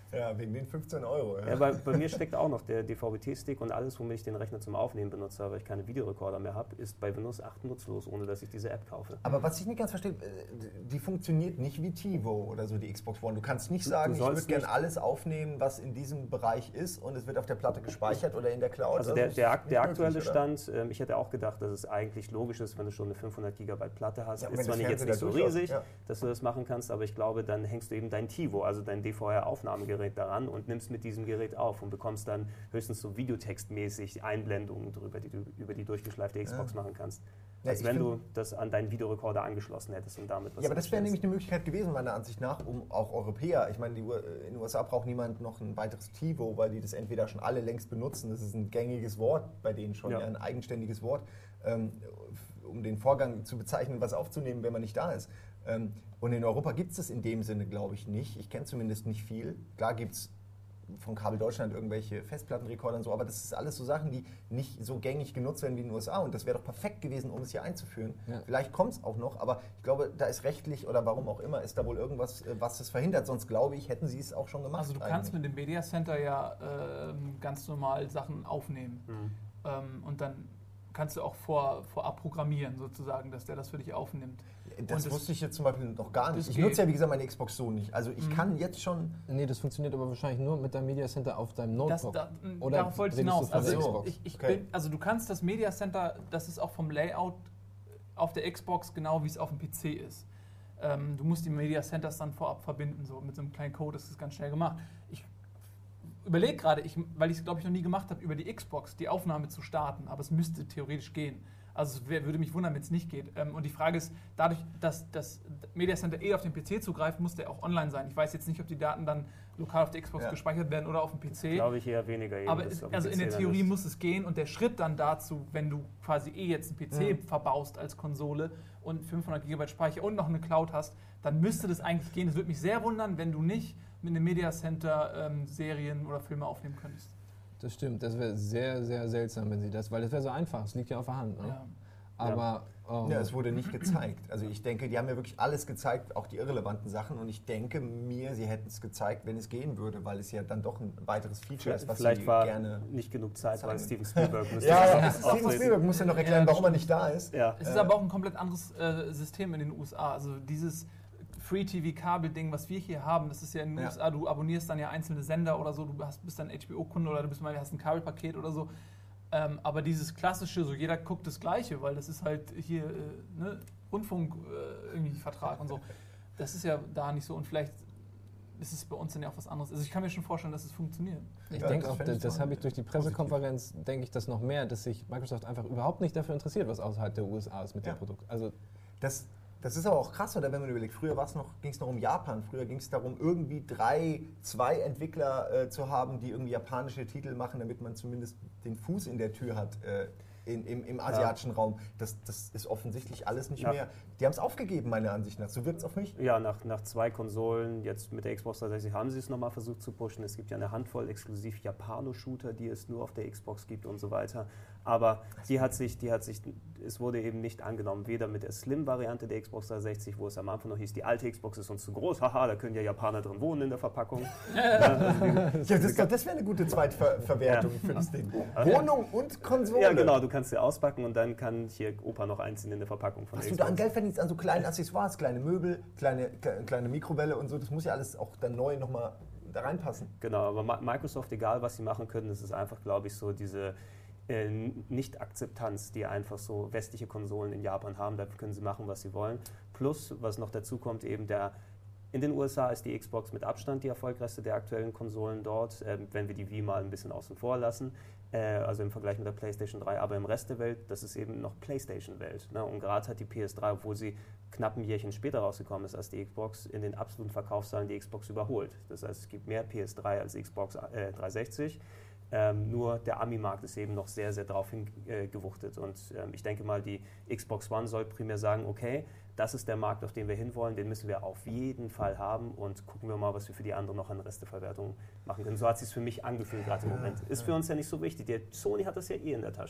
A: Ja, wegen den fünfzehn Euro. Ja.
B: Ja, bei, bei mir steckt auch noch der D V B T-Stick und alles, womit ich den Rechner zum Aufnehmen benutze, weil ich keine Videorekorder mehr habe, ist bei Windows acht nutzlos, ohne dass ich diese App kaufe.
A: Aber was ich nicht ganz verstehe, die funktioniert nicht wie TiVo oder so, die Xbox One. Du kannst nicht
B: Du-
A: sagen,
B: du
A: ich würde
B: sollst
A: gerne
B: nicht-
A: alles aufnehmen, was in diesem Bereich ist und es wird auf der Platte gespeichert oder in der Cloud.
B: Also der,
A: das
B: der,
A: ist
B: ak-
A: nicht
B: der
A: möglich,
B: aktuelle
A: oder?
B: Stand, ähm, ich hätte auch gedacht, dass es eigentlich logisch ist, wenn du schon eine fünfhundert Gigabyte Platte hast,
A: Ja, und
B: ist
A: wenn
B: zwar
A: das
B: nicht jetzt
A: Fernseher
B: nicht so
A: da durchläuft,
B: riesig,
A: ja.
B: dass du das machen kannst, aber ich glaube, dann hängst du eben dein TiVo, also dein D V R-Aufnahmegerät daran und nimmst mit diesem Gerät auf und bekommst dann höchstens so videotextmäßig Einblendungen drüber, die du über die durchgeschleifte Xbox
A: Ja.
B: machen kannst.
A: Ja,
B: Als
A: ich
B: wenn
A: find-
B: du das an deinen Videorekorder angeschlossen hättest und damit was
A: Ja, aber das wäre
B: anstellst.
A: nämlich eine Möglichkeit gewesen, meiner Ansicht nach, um auch Europäer, ich meine, die, U- in den U S A braucht niemand noch ein weiteres TiVo, weil die das entweder schon alle längst benutzen, das ist ein gängiges Wort bei denen schon,
B: Ja.
A: ja. ein eigenständiges Wort, ähm, um den Vorgang zu bezeichnen, was aufzunehmen, wenn man nicht da ist. Ähm, und in Europa gibt es das in dem Sinne, glaube ich, nicht. Ich kenne zumindest nicht viel. Klar gibt es von Kabel Deutschland irgendwelche Festplattenrekorder und so, aber das ist alles so Sachen, die nicht so gängig genutzt werden wie in den U S A und das wäre doch perfekt gewesen, um es hier einzuführen.
D: Ja.
A: Vielleicht kommt es auch noch, aber ich glaube, da ist rechtlich oder warum auch immer, ist da wohl irgendwas, äh, was es verhindert, sonst glaube ich, hätten sie es auch schon gemacht.
C: Also du kannst mit dem Media Center ja ähm, ganz normal Sachen aufnehmen.
B: Mhm.
C: Ähm, und dann kannst du auch vor, vorab programmieren, sozusagen, dass der das für dich aufnimmt.
A: Das,
C: und
A: wusste ich jetzt zum Beispiel noch gar nicht.
C: das
A: Ich
C: geht.
A: nutze ja, wie gesagt, meine Xbox so nicht. Also ich
C: Mhm.
A: kann jetzt schon...
D: Nee, das funktioniert aber wahrscheinlich nur mit deinem Media Center auf deinem
C: Das,
D: Notebook.
C: da,
D: Oder
C: darauf wollte ich
D: redest du
C: hinaus.
D: von
C: Also,
D: der
C: ich,
D: Xbox?
C: ich, ich
A: Okay.
C: bin, also du kannst das Media Center, das ist auch vom Layout auf der Xbox genau wie es auf dem P C ist. Ähm, du musst die Media Centers dann vorab verbinden, so mit so einem kleinen Code, das ist ganz schnell gemacht. Ich überlege gerade, ich, weil ich es glaube ich noch nie gemacht habe, über die Xbox die Aufnahme zu starten, aber es müsste theoretisch gehen. Also es wär, würde mich wundern, wenn es nicht geht. Ähm, und die Frage ist, dadurch, dass das Media Center eh auf den P C zugreift, muss der auch online sein. Ich weiß jetzt nicht, ob die Daten dann lokal auf der Xbox
A: Ja.
C: gespeichert werden oder auf dem P C.
B: Glaube ich eher weniger. Eben,
C: Aber
B: dass
C: es,
B: auf dem
C: also
B: P
C: in
B: C
C: der
B: dann
C: Theorie
B: ist.
C: muss es gehen und der Schritt dann dazu, wenn du quasi eh jetzt einen P C
A: Mhm.
C: verbaust als Konsole und fünfhundert Gigabyte Speicher und noch eine Cloud hast, dann müsste das eigentlich gehen. Es würde mich sehr wundern, wenn du nicht mit einem Media Center ähm, Serien oder Filme aufnehmen könntest.
D: Das stimmt, das wäre sehr, sehr seltsam, wenn sie das, weil das wäre so einfach, es liegt ja auf der Hand. Ne?
C: Ja.
D: Aber ähm,
A: Ja, es wurde nicht gezeigt. Also ich denke, die haben ja wirklich alles gezeigt, auch die irrelevanten Sachen. Und ich denke mir, sie hätten es gezeigt, wenn es gehen würde, weil es ja dann doch ein weiteres Feature ist, was
B: Vielleicht
A: sie
B: war
A: gerne...
B: nicht genug Zeit, weil
A: zeigen.
B: Steven Spielberg müsste
A: Ja,
B: das
A: ja,
B: noch
A: Steven
B: auflesen.
A: Spielberg muss ja noch erklären,
C: Ja,
A: warum er
C: stimmt.
A: nicht da ist.
B: Ja.
C: Es ist
A: Äh,
C: aber auch ein komplett anderes äh, System in den U S A. Also dieses Free-T V-Kabel-Ding, was wir hier haben, das ist ja in den
A: Ja.
C: U S A, du abonnierst dann ja einzelne Sender oder so, du hast, bist dann H B O-Kunde oder du bist mal, hast ein Kabelpaket oder so. Ähm, aber dieses klassische, so jeder guckt das Gleiche, weil das ist halt hier äh, ne, Rundfunk äh, irgendwie Vertrag und so. Das ist ja da nicht so und vielleicht ist es bei uns dann ja auch was anderes. Also ich kann mir schon vorstellen, dass es funktioniert.
D: ich
A: Ja,
D: denke
A: das
D: auch,
A: fände
D: das,
A: ich
D: das
A: schon
D: habe ich durch die Pressekonferenz, denke ich das noch mehr, dass sich Microsoft einfach überhaupt nicht dafür interessiert, was außerhalb der U S A ist mit
A: Ja.
D: dem Produkt. Also
A: Das, das ist aber auch krass, oder wenn man überlegt, früher ging es noch um Japan, früher ging es darum, irgendwie drei, zwei Entwickler äh, zu haben, die irgendwie japanische Titel machen, damit man zumindest den Fuß in der Tür hat äh, in, im, im asiatischen Raum. Das, das ist offensichtlich alles nicht
B: Ja.
A: mehr. Die haben es aufgegeben, meiner Ansicht nach. So wirkt es auf mich.
B: Ja, nach, nach zwei Konsolen, jetzt mit der Xbox dreihundertsechzig haben sie es nochmal versucht zu pushen. Es gibt ja eine Handvoll exklusiv Japano-Shooter, die es nur auf der Xbox gibt und so weiter. Aber die hat sich, die hat sich, es wurde eben nicht angenommen, weder mit der Slim-Variante der Xbox dreihundertsechzig, wo es am Anfang noch hieß, die alte Xbox ist uns zu groß, haha, da können ja Japaner drin wohnen in der Verpackung. Ja, also die,
A: Ja, das ist doch- das wäre eine gute Zweitverwertung
B: Ja.
A: für das Ding.
B: Ja.
A: Wohnung und Konsole.
B: ja, genau, du kannst sie auspacken und dann kann hier Opa noch einziehen in der Verpackung von
A: Was
B: der
A: du da an
B: Xbox.
A: Geld verdienst, an so kleinen Accessoires, kleine Möbel, kleine, kle- kleine Mikrowelle und so, das muss ja alles auch dann neu nochmal da reinpassen.
B: Genau, aber Mi- Microsoft, egal was sie machen können, das ist einfach, glaube ich, so diese äh, Nicht-Akzeptanz, die einfach so westliche Konsolen in Japan haben. Dafür können sie machen, was sie wollen. Plus, was noch dazu kommt, eben der in den U S A ist die Xbox mit Abstand die erfolgreichste der aktuellen Konsolen dort, ähm, wenn wir die Wii mal ein bisschen außen vor lassen, äh, also im Vergleich mit der PlayStation drei, aber im Rest der Welt, das ist eben noch PlayStation-Welt. Ne? Und gerade hat die P S drei, obwohl sie knapp ein Jährchen später rausgekommen ist als die Xbox, in den absoluten Verkaufszahlen die Xbox überholt. Das heißt, es gibt mehr P S drei als Xbox äh, dreihundertsechzig. Ähm, nur der Ami-Markt ist eben noch sehr, sehr drauf hingewuchtet. Äh, und ähm, ich denke mal, die Xbox One soll primär sagen, okay, das ist der Markt, auf den wir hinwollen, den müssen wir auf jeden Fall haben und gucken wir mal, was wir für die anderen noch an Resteverwertung machen können. So hat es sich für mich angefühlt gerade im Moment. Ist für uns ja nicht so wichtig. Der Sony hat das ja eh in der Tasche.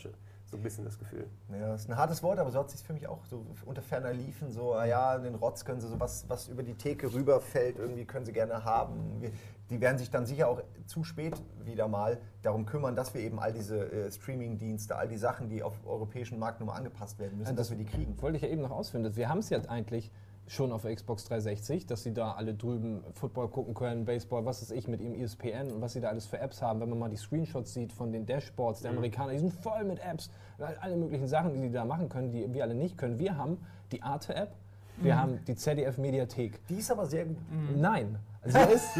B: So ein bisschen das Gefühl.
A: Ja, das ist ein hartes Wort, aber so hat es sich für mich auch so unter ferner Liefen, so, ah ja, den Rotz können sie, so was, was über die Theke rüberfällt, irgendwie können sie gerne haben. Wir, die werden sich dann sicher auch zu spät wieder mal darum kümmern, dass wir eben all diese äh, Streaming-Dienste, all die Sachen, die auf europäischen Markt nur mal angepasst werden müssen,
D: Ja,
A: dass wir die kriegen.
D: Wollte ich ja eben noch ausfinden. Wir haben es ja eigentlich schon auf der Xbox dreihundertsechzig, dass sie da alle drüben Football gucken können, Baseball, was weiß ich, mit ihrem E S P N und was sie da alles für Apps haben. Wenn man mal die Screenshots sieht von den Dashboards der Amerikaner, die sind voll mit Apps, alle möglichen Sachen, die die da machen können, die wir alle nicht können. Wir haben die Arte-App, wir
C: Mhm.
D: haben die Z D F-Mediathek.
A: Die ist aber sehr gut.
D: Nein. Sie ist,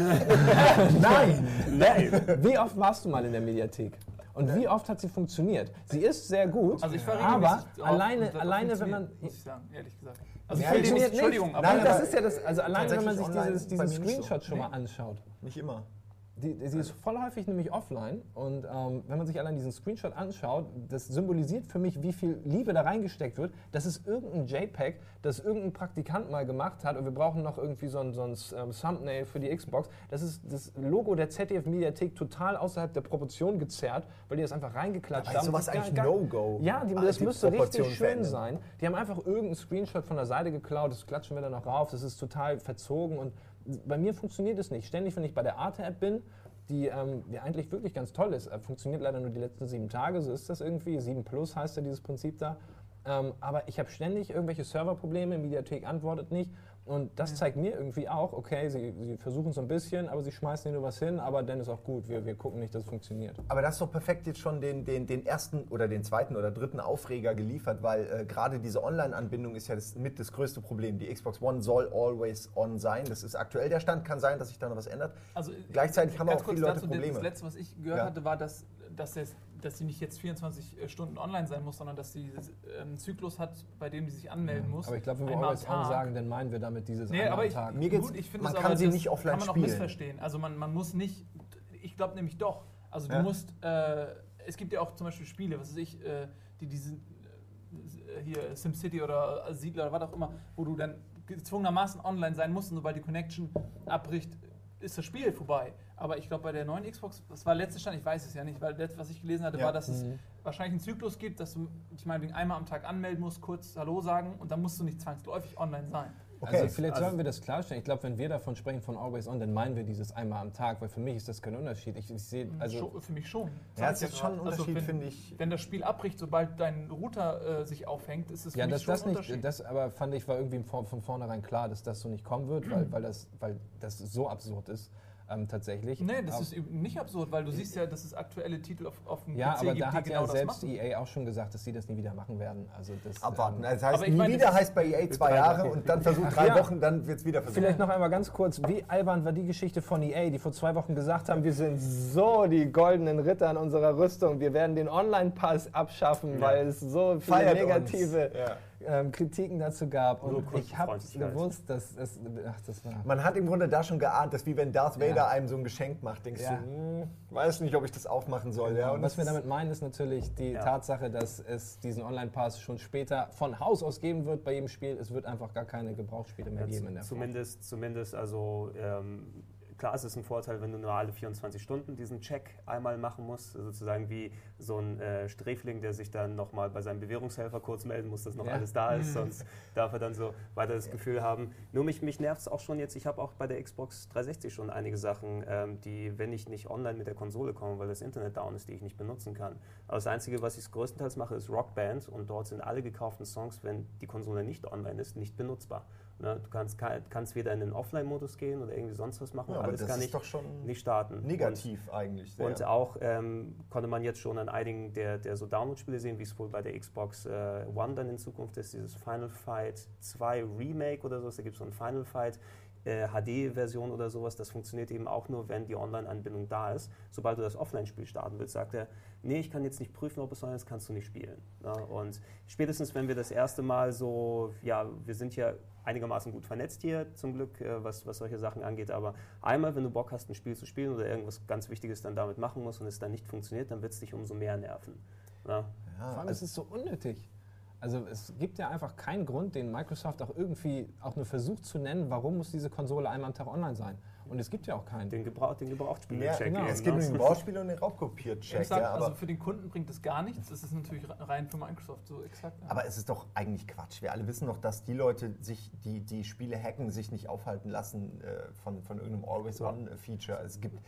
A: Nein!
B: Nein!
D: wie oft warst du mal in der Mediathek? Und wie oft hat sie funktioniert? Sie ist sehr gut,
C: Also ich war
D: aber
C: regelmäßig drauf
D: alleine,
C: und das
D: alleine wenn man...
C: funktioniert, muss ich sagen, ehrlich gesagt. Also
A: Ja,
C: ich will die nicht,
A: funktioniert
C: Entschuldigung,
D: nicht.
C: aber
A: Nein,
D: Und das
A: aber
D: ist ja das, also alleine wenn man sich
A: tatsächlich
D: dieses,
A: online bei
D: diesen
A: mir nicht so.
D: Screenshot schon
C: Nee.
D: mal anschaut.
A: Nicht immer.
D: Die, sie ist voll häufig nämlich offline und ähm, wenn man sich allein diesen Screenshot anschaut, das symbolisiert für mich, wie viel Liebe da reingesteckt wird. Das ist irgendein JPEG, das irgendein Praktikant mal gemacht hat und wir brauchen noch irgendwie so ein, so ein ähm, Thumbnail für die Xbox. Das ist das Logo der Z D F-Mediathek total außerhalb der Proportion gezerrt, weil die das einfach reingeklatscht
A: Aber ist
D: haben.
A: sowas
D: Das ist
A: eigentlich
D: gar- gar-
A: No-Go?
D: Ja, die,
A: Ah,
D: das
A: die
D: müsste
A: Proportionen
D: richtig schön
A: verändern.
D: sein. Die haben einfach irgendeinen Screenshot von der Seite geklaut, das klatschen wir dann noch rauf, das ist total verzogen und bei mir funktioniert es nicht. Ständig, wenn ich bei der Arte-App bin, die ähm, ja eigentlich wirklich ganz toll ist, äh, funktioniert leider nur die letzten sieben Tage, so ist das irgendwie, sieben plus heißt ja dieses Prinzip da. Ähm, aber ich habe ständig irgendwelche Serverprobleme, Mediathek antwortet nicht und das zeigt mir irgendwie auch, okay, sie, sie versuchen es so ein bisschen, aber sie schmeißen nur was hin, aber dann ist auch gut, wir, wir gucken nicht, dass es funktioniert.
A: Aber das ist doch perfekt jetzt schon den, den, den ersten oder den zweiten oder dritten Aufreger geliefert, weil äh, gerade diese Online-Anbindung ist ja das, mit das größte Problem. Die Xbox One soll always on sein. Das ist aktuell der Stand, kann sein, dass sich da noch was ändert.
C: Also,
A: Gleichzeitig haben
C: ganz
A: auch
C: kurz
A: viele Leute
C: dazu,
A: Probleme.
C: Das Letzte, was ich gehört
A: Ja.
C: hatte, war, dass, dass, das, dass sie nicht jetzt vierundzwanzig Stunden online sein muss, sondern dass sie einen Zyklus hat, bei dem sie sich anmelden muss.
D: Aber ich glaube, wenn wir
C: einmal am
D: always on
C: Tag.
D: sagen, dann meinen wir damit dieses
C: Nee,
D: einmal
C: aber
D: am
C: ich,
D: Tag.
A: Mir geht's-
C: gut, ich finde
A: man
C: es
A: kann
C: aber,
A: sie
C: das
A: nicht offline
C: kann man auch
A: spielen.
C: missverstehen. Also man, man muss nicht, ich glaube nämlich doch. Also du
A: Ja.
C: musst, äh, es gibt ja auch zum Beispiel Spiele, was weiß ich, äh, die diesen äh, hier SimCity oder Siedler oder was auch immer, wo du dann gezwungenermaßen online sein musst und sobald die Connection abbricht, ist das Spiel vorbei. Aber ich glaube, bei der neuen Xbox, das war letzter Stand, ich weiß es ja nicht, weil das, was ich gelesen hatte,
A: Ja.
C: war, dass es
D: Mhm.
C: wahrscheinlich einen Zyklus gibt, dass du dich meinetwegen einmal am Tag anmelden musst, kurz Hallo sagen und dann musst du nicht zwangsläufig online sein.
A: Okay.
D: Also vielleicht
B: Also-
D: sollen wir das klarstellen. Ich glaube, wenn wir davon sprechen von Always On, dann meinen wir dieses einmal am Tag, weil für mich ist das kein Unterschied. Ich, ich sehe, also
C: Schon- für mich schon.
A: Ja,
C: Sag
A: es
C: ich
A: ist schon ein
C: gerade. Also
A: Unterschied,
C: wenn,
A: finde ich.
C: Wenn das Spiel abbricht, sobald dein Router äh, sich aufhängt, ist es
D: ja,
C: für mich
D: dass
C: schon
D: das
C: ein Unterschied.
D: nicht, das aber fand ich war irgendwie von, von vornherein klar, dass das so nicht kommen wird, weil, weil, das, weil das so absurd ist ähm, tatsächlich.
C: Nee, das
D: aber,
C: ist eben nicht absurd, weil du siehst ja, dass es aktuelle Titel auf, auf dem
D: ja,
C: P C
D: aber
C: gibt,
D: da
C: die
D: hat
C: genau
D: ja
C: das
D: selbst
C: machen.
D: E A auch schon gesagt, dass sie das nie wieder machen werden. Also das,
A: Abwarten.
D: ähm,
A: Das heißt,
C: Aber ich
A: nie
C: meine,
A: wieder
C: das-
A: heißt bei E A zwei
B: drei
A: Jahre
B: Wochen.
A: und dann versucht drei
D: ja.
A: Wochen, dann wird es wieder versucht.
D: Vielleicht noch einmal ganz kurz, wie albern war die Geschichte von E A, die vor zwei Wochen gesagt haben, wir sind so die goldenen Ritter in unserer Rüstung, wir werden den Online-Pass abschaffen,
B: Ja.
D: weil es so viele
A: Feiert
D: negative
A: uns. Ja.
D: ähm, Kritiken dazu gab.
B: Nur
D: Und ich habe
B: Kundenfreundlichkeit.
D: gewusst, dass es, ach, das war...
A: Man hat im Grunde da schon geahnt, dass wie wenn Darth Vader
D: Ja.
A: einem so ein Geschenk macht, denkst
D: Ja.
A: du, hm, weiß nicht, ob ich das aufmachen soll. Ja, und
D: Was wir
A: das
D: damit meinen, ist natürlich die
B: Ja.
D: Tatsache, dass es diesen Online-Pass schon später von Haus aus geben wird bei jedem Spiel. Es wird einfach gar keine Gebrauchsspiele mehr
B: Ja,
D: geben
B: zu-
D: in der Form.
B: zumindest, zumindest, also ähm, klar ist es ein Vorteil, wenn du nur alle vierundzwanzig Stunden diesen Check einmal machen musst, sozusagen wie so ein äh, Sträfling, der sich dann nochmal bei seinem Bewährungshelfer kurz melden muss, dass noch
D: Ja.
B: alles da ist,
C: Mhm.
B: sonst darf er dann so weiter das Gefühl haben. Nur mich, mich nervt es auch schon jetzt, ich habe auch bei der Xbox dreihundertsechzig schon einige Sachen, ähm, die, wenn ich nicht online mit der Konsole komme, weil das Internet down ist, die ich nicht benutzen kann. Aber das Einzige, was ich größtenteils mache, ist Rockband und dort sind alle gekauften Songs, wenn die Konsole nicht online ist, nicht benutzbar. Ne? Du kannst, kann, kannst weder in den Offline-Modus gehen oder irgendwie sonst was machen,
A: Ja, aber
B: alles
A: das
B: kann
A: ist
B: ich
A: doch schon
B: nicht starten.
A: negativ eigentlich.
B: Und,
A: Sehr.
B: und auch ähm, konnte man jetzt schon an einigen der, der so Download-Spiele sehen, wie es wohl bei der Xbox äh, One dann in Zukunft ist, dieses Final Fight zwei Remake oder sowas, da gibt es so ein Final Fight äh, H D-Version oder sowas, das funktioniert eben auch nur, wenn die Online-Anbindung da ist. Sobald du das Offline-Spiel starten willst, sagt er, nee, ich kann jetzt nicht prüfen, ob es online ist, kannst du nicht spielen. Ne? Und spätestens, wenn wir das erste Mal so, ja, wir sind ja einigermaßen gut vernetzt hier, zum Glück, äh, was, was solche Sachen angeht, aber einmal, wenn du Bock hast, ein Spiel zu spielen oder irgendwas ganz Wichtiges dann damit machen musst und es dann nicht funktioniert, dann wird es dich umso mehr nerven. Ne?
A: Ja,
D: Vor allem
A: also,
D: ist es so unnötig. Also es gibt ja einfach keinen Grund, den Microsoft auch irgendwie auch nur versucht zu nennen, warum muss diese Konsole einmal am Tag online sein. Und es gibt ja auch keinen.
B: Den, Gebrauch, den Gebrauchtspiele-Check.
A: Ja, genau.
B: eben,
A: Es gibt
B: ne?
A: nur den Gebrauchsspiele und den Raubkopier-Check.
C: Exakt,
A: Ja, aber,
C: also für den Kunden bringt es gar nichts. Das ist natürlich rein für Microsoft so exakt. Ja.
A: aber es ist doch eigentlich Quatsch. Wir alle wissen doch, dass die Leute, sich, die die Spiele hacken, sich nicht aufhalten lassen äh, von, von irgendeinem Always-On-Feature. Es gibt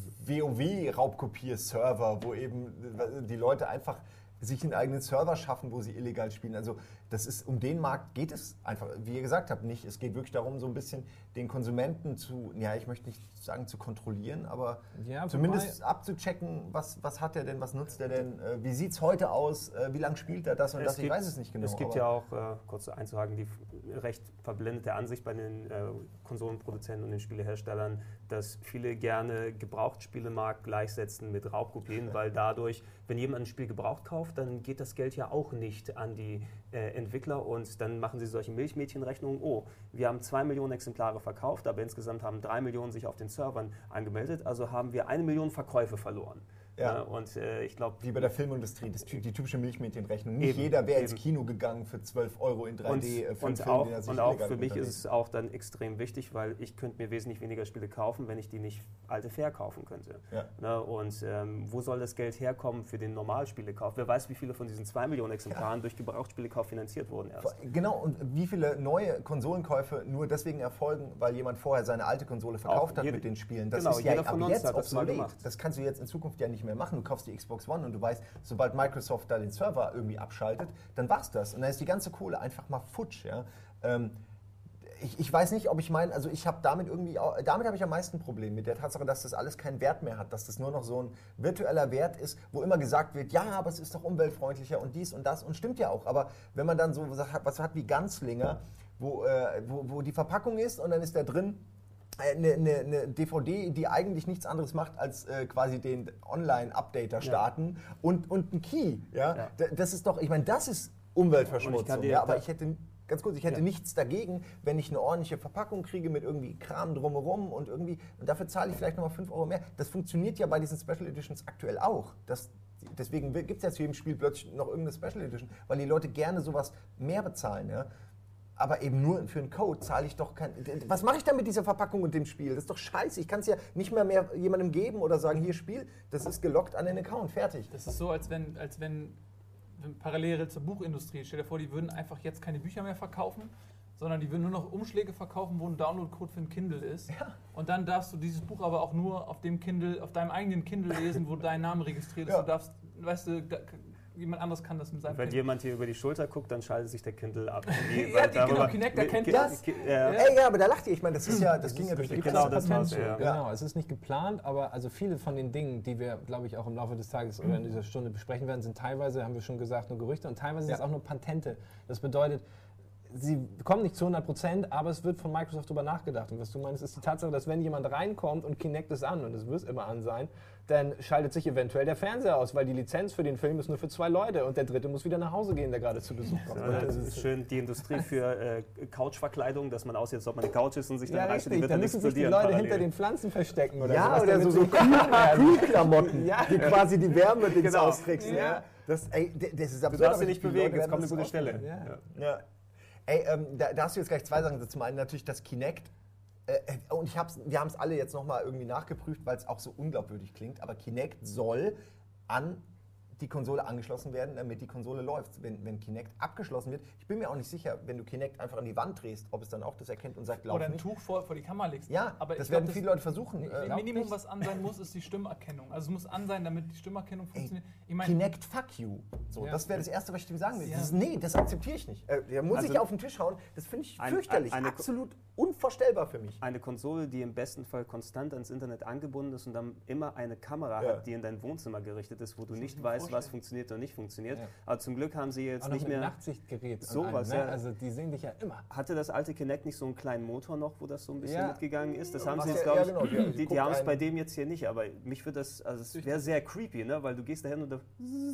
A: WoW-Raubkopier-Server, wo eben äh, die Leute einfach sich einen eigenen Server schaffen, wo sie illegal spielen. Also das ist, um den Markt geht es einfach, wie ihr gesagt habt, nicht. Es geht wirklich darum, so ein bisschen den Konsumenten zu, ja, ich möchte nicht sagen zu kontrollieren, aber
D: Ja,
A: zumindest abzuchecken, was, was hat er denn, was nutzt er denn, äh, wie sieht es heute aus, äh, wie lange spielt er das und
B: Es
A: das, ich
B: gibt-
A: weiß es nicht genau.
B: Es gibt
A: aber-
B: ja auch, äh, kurz einzuhaken, die f- recht verblendete Ansicht bei den äh, Konsolenproduzenten und den Spieleherstellern, dass viele gerne Gebrauchtspielemarkt gleichsetzen mit Raubkopien, weil dadurch, wenn jemand ein Spiel gebraucht kauft, dann geht das Geld ja auch nicht an die äh, Entwickler und dann machen sie solche Milchmädchenrechnungen. Oh, wir haben zwei Millionen Exemplare verkauft, aber insgesamt haben drei Millionen sich auf den Servern angemeldet, also haben wir eine Million Verkäufe verloren.
A: Ja.
B: Ne? Und äh, ich glaube,
A: Wie bei der Filmindustrie, das, ty- die typische Milchmädchenrechnung. Nicht
B: Eben,
A: jeder wäre ins
B: eben.
A: Kino gegangen für zwölf Euro in drei
B: Und,
A: D äh, für einen
B: und,
A: Film,
B: auch,
A: den er sich
B: und auch
A: illegal
B: für mich ist
A: runterlädt.
B: es auch dann extrem wichtig, weil ich könnte mir wesentlich weniger Spiele kaufen, wenn ich die nicht alte verkaufen könnte.
A: Ja.
B: Ne? Und ähm, wo soll das Geld herkommen für den Normalspielekauf? Wer weiß, wie viele von diesen zwei Millionen Exemplaren durch Gebrauchtspielekauf finanziert wurden erst.
A: Genau, und wie viele neue Konsolenkäufe nur deswegen erfolgen, weil jemand vorher seine alte Konsole verkauft
B: Auch
A: hat
B: jede-
A: mit den Spielen. Das
B: genau,
A: ist ja
B: jeder von
A: ab
B: uns
A: jetzt
B: hat das mal
A: obsolet.
B: gemacht.
A: Das kannst du jetzt in Zukunft ja nicht mehr machen. Du kaufst die Xbox One und du weißt, sobald Microsoft da den Server irgendwie abschaltet, dann war's das. Und dann ist die ganze Kohle einfach mal futsch. Ja? Ähm, ich, ich weiß nicht, ob ich meine, also ich habe damit irgendwie, au- damit habe ich am meisten Probleme mit der Tatsache, dass das alles keinen Wert mehr hat, dass das nur noch so ein virtueller Wert ist, wo immer gesagt wird, ja, aber es ist doch umweltfreundlicher und dies und das und stimmt ja auch. Aber wenn man dann so was hat, was hat wie Ganzlinger, wo, äh, wo, wo die Verpackung ist und dann ist da drin eine, eine, eine D V D, die eigentlich nichts anderes macht, als äh, quasi den Online-Updater starten und, und ein Key. Ja?
B: Ja.
A: D- Das ist doch, ich meine, das ist
B: Und ich
A: Umweltverschmutzung.
B: kann dir
A: Ja, aber
B: da-
A: ich hätte, ganz kurz, ich hätte
B: Ja.
A: nichts dagegen, wenn ich eine ordentliche Verpackung kriege mit irgendwie Kram drumherum und irgendwie, und dafür zahle ich vielleicht nochmal fünf Euro mehr. Das funktioniert ja bei diesen Special Editions aktuell auch. Das, deswegen gibt es ja zu jedem Spiel plötzlich noch irgendeine Special Edition, weil die Leute gerne sowas mehr bezahlen. Ja? Aber eben nur für einen Code zahle ich doch kein. Was mache ich dann mit dieser Verpackung und dem Spiel? Das ist doch scheiße. Ich kann es ja nicht mehr, mehr jemandem geben oder sagen, hier Spiel, das ist gelockt an den Account, fertig.
C: Das ist so, als wenn, als wenn, wenn parallel zur Buchindustrie, stell dir vor, die würden einfach jetzt keine Bücher mehr verkaufen, sondern die würden nur noch Umschläge verkaufen, wo ein Download-Code für ein Kindle ist.
A: Ja.
C: Und dann darfst du dieses Buch aber auch nur auf dem Kindle, auf deinem eigenen Kindle lesen, wo dein Name registriert ist.
A: Ja.
C: Du darfst, weißt du, da, jemand anderes kann das mit seinem
B: Wenn
C: Kindle.
B: jemand hier über die Schulter guckt, dann schaltet sich der Kindle ab.
C: Ja, die- genau, Kinect erkennt
B: Ki-
C: das.
B: Ki- ja.
A: Ey, ja, aber da lacht ihr. Ich meine, das ist ja, das ging ja durch die
B: Genau,
A: Presse.
B: das war's, ja.
D: Genau, es ist nicht geplant, aber also viele von den Dingen, die wir, glaube ich, auch im Laufe des Tages oder in dieser Stunde besprechen werden, sind teilweise, haben wir schon gesagt, nur Gerüchte und teilweise sind es
A: Ja.
D: auch nur Patente. Das bedeutet, sie kommen nicht zu hundert Prozent, aber es wird von Microsoft darüber nachgedacht. Und was du meinst, ist die Tatsache, dass wenn jemand reinkommt und Kinect es an, und es wird immer an sein, dann schaltet sich eventuell der Fernseher aus, weil die Lizenz für den Film ist nur für zwei Leute und der dritte muss wieder nach Hause gehen, der gerade zu Besuch kommt.
B: Ja,
D: Und
B: das
D: das
B: ist
D: ist-
B: schön die Industrie für äh, Couchverkleidung, dass man aussieht, als ob man eine Couch ist und sich dann
D: Ja,
B: reinstellt, die
D: richtig,
B: wird
D: da
B: dann
D: müssen sich die
B: explodieren.
D: Leute
B: parallel.
D: hinter den Pflanzen verstecken oder
A: Ja,
D: sowas,
A: oder
D: damit
A: so, so
D: sie-
A: cool, Kühlklamotten,
D: Ja.
A: die quasi die Wärme
B: Genau.
A: austricksen. Ja.
B: Ja.
A: Das, ey, d- das ist
B: Du
A: absurd.
B: darfst
A: aber
B: dich nicht
A: die
B: bewegen,
A: Leute
B: jetzt
A: werden
B: kommt eine
A: das
B: gute
A: ausprobieren.
B: Stelle.
D: Ja.
B: Ja.
A: Ja. Ey, ähm, da, da hast du jetzt gleich zwei Sachen. Zum einen natürlich das Kinect. Äh, äh, und ich hab's, wir haben es alle jetzt nochmal irgendwie nachgeprüft, weil es auch so unglaubwürdig klingt. Aber Kinect soll an die Konsole angeschlossen werden, damit die Konsole läuft. Wenn, wenn Kinect abgeschlossen wird, ich bin mir auch nicht sicher, wenn du Kinect einfach an die Wand drehst, ob es dann auch das erkennt und sagt, lauf
C: Oder ein
A: nicht.
C: Tuch vor, vor die Kamera legst.
A: Ja,
C: aber
A: das
C: ich glaub,
A: werden viele Leute versuchen.
C: Das
A: Äh,
C: Minimum, was an sein muss, ist die Stimmerkennung. Also es muss an sein, damit die Stimmerkennung funktioniert. Ich meine,
A: Kinect, fuck you. So,
D: Ja.
A: das wäre das Erste, was ich dem sagen will.
C: Ja.
A: Das ist, nee, das akzeptiere ich nicht. Äh, der muss
B: Also-
A: ich auf den Tisch hauen. Das finde ich
B: Ein-
A: fürchterlich.
B: eine-
A: Absolut unvorstellbar für mich.
B: Eine Konsole, die im besten Fall konstant ans Internet angebunden ist und dann immer eine Kamera
A: Ja.
B: hat, die in dein Wohnzimmer gerichtet ist, wo du
C: muss
B: nicht
C: ich mir
B: weißt, was
C: vorstellen.
B: funktioniert oder nicht funktioniert.
D: Ja.
B: Aber zum Glück haben sie jetzt
D: Auch noch
B: nicht
D: mit
B: mehr...
D: Nachtsichtgerät. und
B: Sowas,
D: allem, ne?
B: ja.
D: Also die sehen dich ja immer.
B: Hatte das alte Kinect nicht so einen kleinen Motor noch, wo das so ein bisschen
D: Ja.
B: mitgegangen ist? Das haben
A: Was
B: sie jetzt,
A: der-
B: glaube
A: ja,
B: ich,
A: genau, die- die
B: die,
A: guckt
B: die haben es
A: einen-
B: bei dem jetzt hier nicht, aber mich würde das, also es wäre sehr creepy, ne? Weil du gehst dahin und da,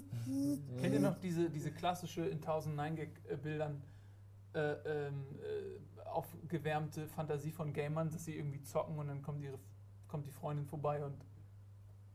C: kennt ihr noch diese, diese klassische in tausendneun-Gag-Bildern äh, ähm, äh, aufgewärmte Fantasie von Gamern, dass sie irgendwie zocken und dann kommt, ihre, kommt die Freundin vorbei und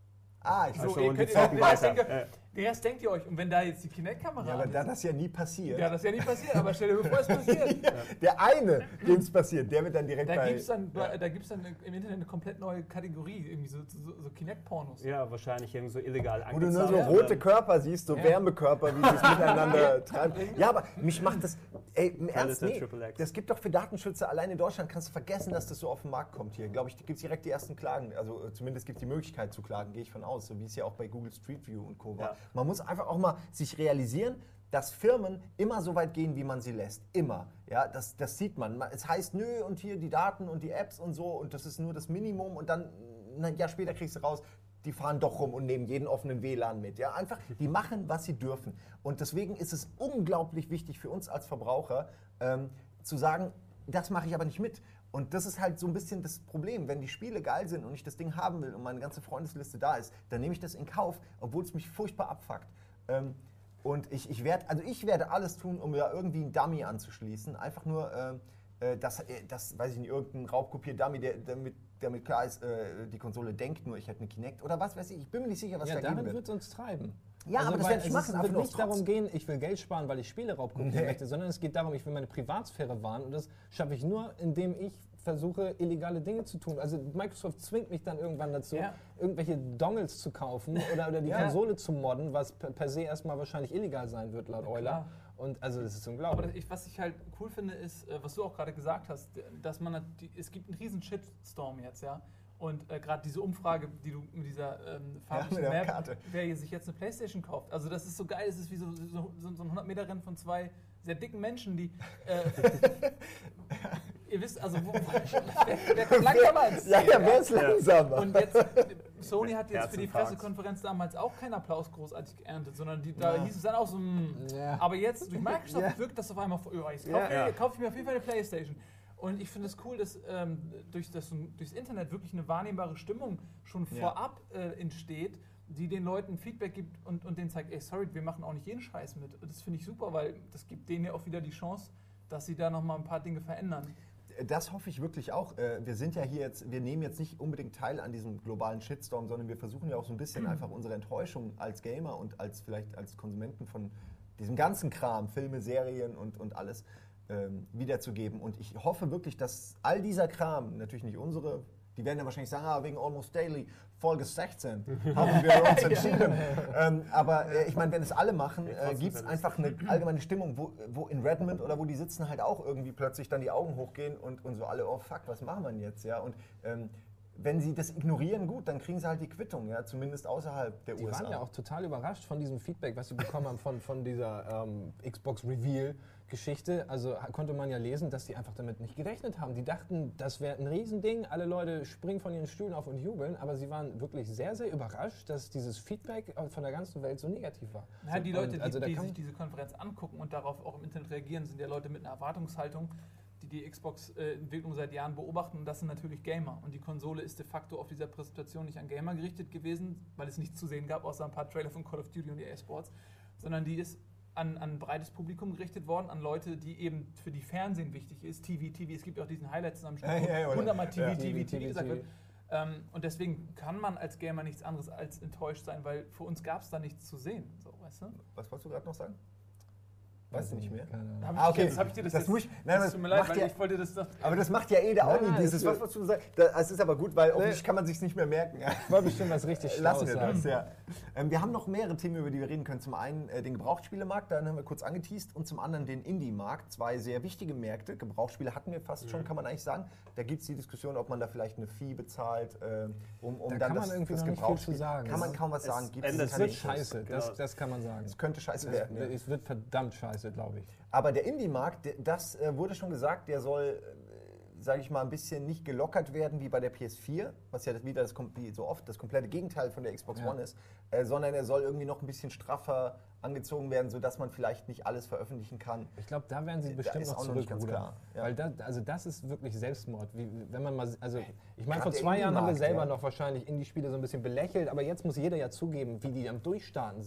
A: Ah, ich
B: So,
A: verstehe.
B: und die
C: könnt-
B: zocken
C: den Rest
B: weiter.
C: denkt ihr- Den Rest denkt ihr euch. Und wenn da jetzt die Kinect-Kamera
A: Ja, aber
C: an
A: da
C: ist-
A: das ja nie passiert.
C: ja, das ist ja nicht passiert, aber stell dir vor, es passiert.
A: Der eine, dem es passiert, der wird dann direkt
C: Da
A: bei...
C: gibt es dann,
A: ja.
C: da gibt's dann im Internet eine komplett neue Kategorie, irgendwie so, so, so Kinect-Pornos.
B: Ja, wahrscheinlich irgendwie so illegal
A: Wo du nur so
B: angezahlt.
A: rote Körper siehst, so
C: Ja.
A: Wärmekörper, wie sie es miteinander treiben. Ja, aber mich macht das, ey, im Ernst,
B: der
A: nee,
B: Triple X.
A: das gibt doch für Datenschützer allein in Deutschland, kannst du vergessen, dass das so auf den Markt kommt hier. Glaube ich, gibt es direkt die ersten Klagen, also äh, zumindest gibt es die Möglichkeit zu klagen, gehe ich von aus, so wie es ja auch bei Google Street View und Co. war.
B: Ja.
A: Man muss einfach auch mal sich realisieren, dass Firmen immer so weit gehen, wie man sie lässt. Immer. Ja, das, das sieht man. Man- Es heißt, nö, und hier die Daten und die Apps und so, und das ist nur das Minimum, und dann ein Jahr später kriegst du raus, die fahren doch rum und nehmen jeden offenen W L A N mit. Ja, einfach, die machen, was sie dürfen. Und deswegen ist es unglaublich wichtig für uns als Verbraucher, ähm, zu sagen, das mache ich aber nicht mit. Und das ist halt so ein bisschen das Problem. Wenn die Spiele geil sind und ich das Ding haben will und meine ganze Freundesliste da ist, dann nehme ich das in Kauf, obwohl es mich furchtbar abfuckt. Ähm, und ich, ich werde also ich werde alles tun, um da irgendwie einen Dummy anzuschließen. Einfach nur, äh, das, äh, das, weiß ich nicht, irgendein Raubkopier-Dummy, der, damit, damit klar ist, äh, die Konsole denkt nur, ich hätte eine Kinect oder was weiß ich. Ich bin mir nicht sicher, was
D: Ja,
A: da geben
D: dahin
A: wird.
D: wird es uns treiben.
A: Ja, aber das
D: weil
A: werde ich
D: es
A: machen,
D: ist-
A: einfach
D: wird
A: nur
D: nicht
A: aus Trotz.
D: darum gehen, ich will Geld sparen, weil ich Spiele raubkopieren
A: Nee.
D: möchte, sondern es geht darum, ich will meine Privatsphäre wahren, und das schaffe ich nur, indem ich versuche, illegale Dinge zu tun. Also Microsoft zwingt mich dann irgendwann dazu,
C: Ja.
D: irgendwelche Dongles zu kaufen oder, oder die
A: Ja.
D: Konsole zu modden, was per, per se erstmal wahrscheinlich illegal sein wird, laut
C: Ja,
D: Euler.
C: klar.
D: Und also das ist
C: Aber
D: unglaublich.
C: das, ich, was ich halt cool finde, ist, äh, was du auch gerade gesagt hast, dass man, hat die, es gibt einen riesen Shitstorm jetzt, ja. Und äh, gerade diese Umfrage, die du mit dieser ähm, farblichen
A: mit der
C: Map,
A: Karte.
C: wer hier sich jetzt eine Playstation kauft, also das ist so geil, es ist wie so, so, so ein hundert Meter Rennen von zwei sehr dicken Menschen, die, äh, ihr wisst, also, wo, wer, wer kann langsamer als
A: Ja,
C: zehn,
A: ja, wer ist langsamer?
C: Und jetzt, Sony hat jetzt für die
B: Herzinfarkt.
C: Pressekonferenz damals auch keinen Applaus großartig geerntet, sondern die, da
A: Ja.
C: hieß es dann auch so, mm,
D: Ja.
C: aber jetzt durch Microsoft
A: Ja.
C: wirkt das auf einmal, oh, jetzt
A: Ja.
C: kaufe
B: Ja.
C: ich, kauf ich mir auf jeden Fall eine Playstation. Und ich finde es cool, dass ähm, durch das, durchs Internet wirklich eine wahrnehmbare Stimmung schon
A: Ja.
C: vorab äh, entsteht, die den Leuten Feedback gibt und, und denen zeigt, ey, sorry, wir machen auch nicht jeden Scheiß mit. Und das finde ich super, weil das gibt denen ja auch wieder die Chance, dass sie da nochmal ein paar Dinge verändern.
A: Das hoffe ich wirklich auch. Äh, Wir sind ja hier jetzt, wir nehmen jetzt nicht unbedingt teil an diesem globalen Shitstorm, sondern wir versuchen ja auch so ein bisschen einfach unsere Enttäuschung als Gamer und als vielleicht als Konsumenten von diesem ganzen Kram, Filme, Serien und, und alles, ähm, wiederzugeben. Und ich hoffe wirklich, dass all dieser Kram, natürlich nicht unsere, die werden ja wahrscheinlich sagen, ah, wegen Almost Daily, Folge sechzehn, haben wir uns entschieden. ähm, aber äh, ich meine, wenn es alle machen, äh, gibt es einfach eine allgemeine Stimmung, wo, wo in Redmond oder wo die sitzen halt auch irgendwie plötzlich dann die Augen hochgehen und, und so alle, oh fuck, was machen wir denn jetzt? Ja? Und ähm, wenn sie das ignorieren, gut, dann kriegen sie halt die Quittung, ja? Zumindest außerhalb der
D: Die
A: U S A.
D: waren ja auch total überrascht von diesem Feedback, was sie bekommen haben von, von dieser ähm, Xbox Reveal-Geschichte. Also ha- konnte man ja lesen, dass die einfach damit nicht gerechnet haben. Die dachten, das wäre ein Riesending, alle Leute springen von ihren Stühlen auf und jubeln, aber sie waren wirklich sehr, sehr überrascht, dass dieses Feedback von der ganzen Welt so negativ war.
C: Ja, die
D: Und
C: Leute, die,
D: also da
C: die
D: kann-
C: sich diese Konferenz angucken und darauf auch im Internet reagieren, sind ja Leute mit einer Erwartungshaltung, die die Xbox-Entwicklung seit Jahren beobachten. Und das sind natürlich Gamer. Und die Konsole ist de facto auf dieser Präsentation nicht an Gamer gerichtet gewesen, weil es nichts zu sehen gab, außer ein paar Trailer von Call of Duty und E A Sports, sondern die ist an, an ein breites Publikum gerichtet worden, an Leute, die eben für die Fernsehen wichtig ist. T V, T V, es gibt ja auch diesen Highlights am Stück,
A: Ja, ja, ja,
C: wo
A: oder?
C: hundertmal T V,
A: Ja.
C: T V, T V gesagt
D: T V.
C: wird. Ähm, und deswegen kann man als Gamer nichts anderes als enttäuscht sein, weil für uns gab es da nichts zu sehen. So, weißt du?
A: Was wolltest du gerade noch sagen? Weißt du nicht mehr?
D: Keine Ahnung.
C: Hab ich
A: Ah,
C: dich
A: okay.
C: jetzt, hab ich dir das,
A: Das
C: jetzt,
A: muss ich- nein,
C: das
A: das
C: tut mir leid,
A: macht
C: weil
A: ja-
C: ich wollte das noch...
A: Aber das macht ja eh der auch
D: Nein,
A: nicht.
D: nein,
A: Dieses,
D: es
A: was
D: wird-
A: wolltest du sagen? Das ist aber gut, weil offensichtlich kann man sich nicht mehr merken. Ja.
D: War bestimmt was richtig
A: Lassen
D: Schlaues
A: wir das,
D: sagen.
A: ja. Ähm, wir haben noch mehrere Themen, über die wir reden können. Zum einen äh, den Gebrauchtspielemarkt, da haben wir kurz angeteased, und zum anderen den Indie-Markt. Zwei sehr wichtige Märkte. Gebrauchtspiele hatten wir fast schon, kann man eigentlich sagen. Da gibt es die Diskussion, ob man da vielleicht eine Fee bezahlt, äh, um, um
D: Da
A: dann
D: kann man
A: das,
D: irgendwie
A: das
D: noch nicht viel
A: Gebrauchsspiel.
D: zu sagen.
A: Kann man
D: Es-
A: kaum was sagen. Gibt's
B: ändert
D: Es
A: keine
D: wird
B: sich.
A: Infos.
D: scheiße,
B: Genau.
D: das, das kann man sagen.
A: Es könnte scheiße
D: Es,
A: werden. Ja.
D: es wird verdammt scheiße, glaube ich.
A: Aber der Indie-Markt, der- das äh, wurde schon gesagt, der soll, äh, sage ich mal, ein bisschen nicht gelockert werden wie bei der P S vier, was ja das wieder das, kom- wie so oft das komplette Gegenteil von der Xbox
D: Ja.
A: One ist, äh, sondern er soll irgendwie noch ein bisschen straffer angezogen werden, sodass man vielleicht nicht alles veröffentlichen kann.
D: Ich glaube, da werden sie
A: Da
D: bestimmt
A: ist
D: noch
A: auch noch nicht ganz
D: zurückrudern.
A: klar, ja.
D: Weil das, also das ist wirklich Selbstmord. Wie, wenn man mal, also ich meine,
A: Gerade
D: vor
A: der
D: zwei Jahren haben wir
A: Indie-Markt,
D: selber
A: ja.
D: noch wahrscheinlich Indie-Spiele so ein bisschen belächelt, aber jetzt muss jeder ja zugeben, wie die am Durchstarten sind.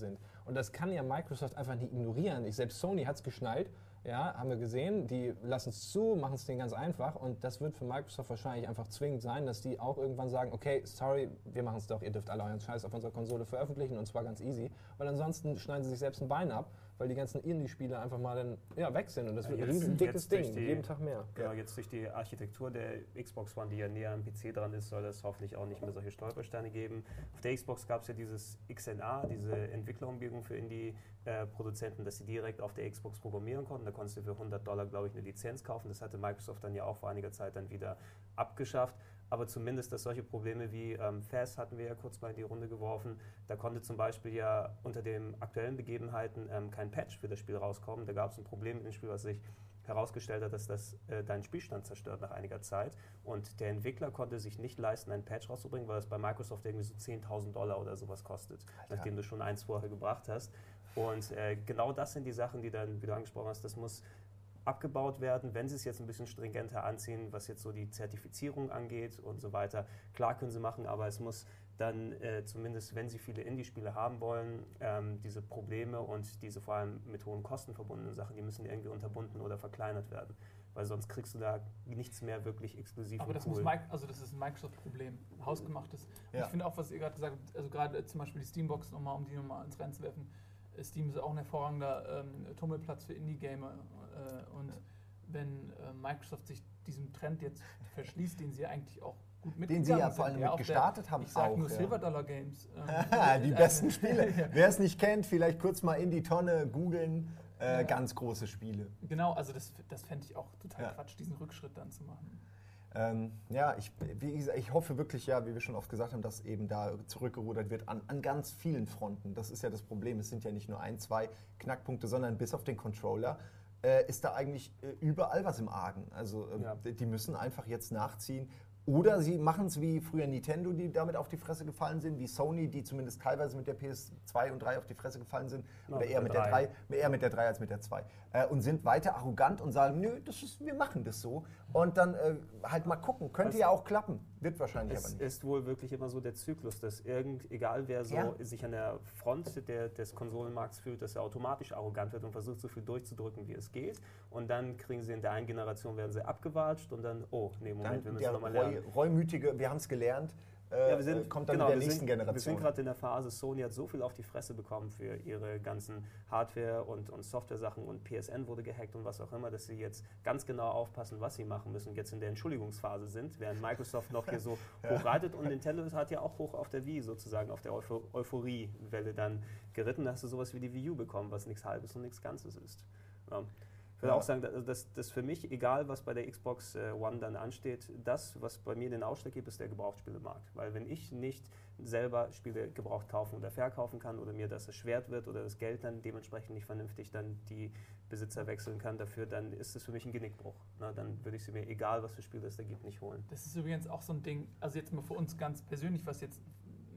D: Und das kann ja Microsoft einfach nicht ignorieren. Ich, selbst Sony hat es geschnallt, ja, haben wir gesehen, die lassen es zu, machen es denen ganz einfach und das wird für Microsoft wahrscheinlich einfach zwingend sein, dass die auch irgendwann sagen, okay, sorry, wir machen es doch, ihr dürft alle euren Scheiß auf unserer Konsole veröffentlichen und zwar ganz easy, weil ansonsten schneiden sie sich selbst ein Bein ab, weil die ganzen Indie-Spiele einfach mal dann ja, weg sind und das wird
B: Ja,
D: ein
B: jetzt-
D: riesen dickes
B: jetzt durch
D: Ding,
B: die-
D: jeden Tag mehr.
B: Genau, jetzt durch die Architektur der Xbox One, die ja näher am P C dran ist, soll es hoffentlich auch nicht mehr solche Stolpersteine geben. Auf der Xbox gab es ja dieses X N A, diese Entwicklerumgebung für Indie-Produzenten, dass sie direkt auf der Xbox programmieren konnten. Da konntest du für hundert Dollar, glaube ich, eine Lizenz kaufen. Das hatte Microsoft dann ja auch vor einiger Zeit dann wieder abgeschafft. Aber zumindest, dass solche Probleme wie ähm, F A S hatten wir ja kurz mal in die Runde geworfen. Da konnte zum Beispiel ja unter den aktuellen Begebenheiten ähm, kein Patch für das Spiel rauskommen. Da gab es ein Problem mit dem Spiel, was sich herausgestellt hat, dass das äh, deinen Spielstand zerstört nach einiger Zeit. Und der Entwickler konnte sich nicht leisten, einen Patch rauszubringen, weil das bei Microsoft irgendwie so zehntausend Dollar oder sowas kostet,
A: Alter.
B: nachdem du schon eins vorher gebracht hast. Und äh, genau das sind die Sachen, die dann, wie du angesprochen hast, das muss abgebaut werden, wenn sie es jetzt ein bisschen stringenter anziehen, was jetzt so die Zertifizierung angeht und so weiter. Klar können sie machen, aber es muss dann äh, zumindest, wenn sie viele Indie-Spiele haben wollen, ähm, diese Probleme und diese vor allem mit hohen Kosten verbundenen Sachen, die müssen irgendwie unterbunden oder verkleinert werden, weil sonst kriegst du da nichts mehr wirklich exklusiv
C: Aber
B: und
C: das
B: cool.
C: muss Mic- also das ist ein Microsoft-Problem, hausgemachtes. Und
A: Ja.
C: ich finde auch, was ihr gerade gesagt habt, also gerade zum Beispiel die Steambox, nochmal, um die nochmal ins Rennen zu werfen, äh, Steam ist auch ein hervorragender ähm, Tummelplatz für Indie-Gamer äh, und wenn äh, Microsoft sich diesem Trend jetzt verschließt, den sie ja eigentlich auch gut
A: Den
C: mitgegangen
A: sie ja
C: sind,
A: vor allem
C: ja,
A: mit
C: auf der-
A: gestartet haben
C: Ich sage
A: auch,
C: nur
A: ja.
C: Silver Dollar Games. ähm,
A: die
C: äh,
A: besten Spiele.
C: Ja.
A: Wer es nicht kennt, vielleicht kurz mal in die Tonne googeln. Äh,
C: Ja.
A: Ganz große Spiele.
C: Genau, also das, das fände ich auch total
A: Ja.
C: Quatsch, diesen Rückschritt dann zu machen.
A: Ähm, ja, ich, wie gesagt, ich hoffe wirklich, ja, wie wir schon oft gesagt haben, dass eben da zurückgerudert wird an, an ganz vielen Fronten. Das ist ja das Problem. Es sind ja nicht nur ein, zwei Knackpunkte, sondern bis auf den Controller äh, ist da eigentlich äh, überall was im Argen. Also ähm,
B: Ja.
A: die- die müssen einfach jetzt nachziehen. Oder sie machen es wie früher Nintendo, die damit auf die Fresse gefallen sind, wie Sony, die zumindest teilweise mit der P S zwei und drei auf die Fresse gefallen sind,
B: Ja,
A: oder
B: mit
A: eher
B: der
A: mit der
B: drei.
A: drei, eher mit der drei als mit der zwei. Äh, und sind weiter arrogant und sagen, nö, das ist, wir machen das so. Und dann äh, halt mal gucken. Könnte
B: Was-
A: ja auch klappen. Wird wahrscheinlich
B: Es
A: aber nicht.
B: ist wohl wirklich immer so der Zyklus, dass irgend, egal wer so
A: Ja.
B: sich an der Front der, des Konsolenmarkts fühlt, dass er automatisch arrogant wird und versucht, so viel durchzudrücken, wie es geht. Und dann kriegen sie in der einen Generation, werden sie abgewatscht und dann, oh, nee, Moment, wir
A: Dann
B: müssen
A: der
B: nochmal lernen.
A: Reu, reumütige, wir haben es gelernt, äh,
B: Ja, wir sind,
A: kommt dann
B: genau,
A: mit der
B: wir
A: nächsten
B: sind,
A: Generation.
B: Wir sind gerade in der Phase, Sony hat so viel auf die Fresse bekommen für ihre ganzen Hardware- und, und Software-Sachen und P S N wurde gehackt und was auch immer, dass sie jetzt ganz genau aufpassen, was sie machen müssen und jetzt in der Entschuldigungsphase sind, während Microsoft noch hier so hochreitet und Nintendo hat ja auch hoch auf der Wii sozusagen, auf der Eupho- Euphorie-Welle dann geritten. Da hast du sowas wie die Wii U bekommen, was nichts Halbes und nichts Ganzes ist. Ja. Ich würde
A: Ja.
B: auch sagen, dass, dass, dass für mich, egal was bei der Xbox äh, One dann ansteht, das, was bei mir den Ausschlag gibt, ist der Gebrauchtspielemarkt. Weil wenn ich nicht selber Spiele gebraucht kaufen oder verkaufen kann oder mir das erschwert wird oder das Geld dann dementsprechend nicht vernünftig dann die Besitzer wechseln kann dafür, dann ist es für mich ein Genickbruch. Na, dann würde ich sie mir, egal was für Spiele es da gibt, nicht holen.
C: Das ist übrigens auch so ein Ding, also jetzt mal für uns ganz persönlich, was jetzt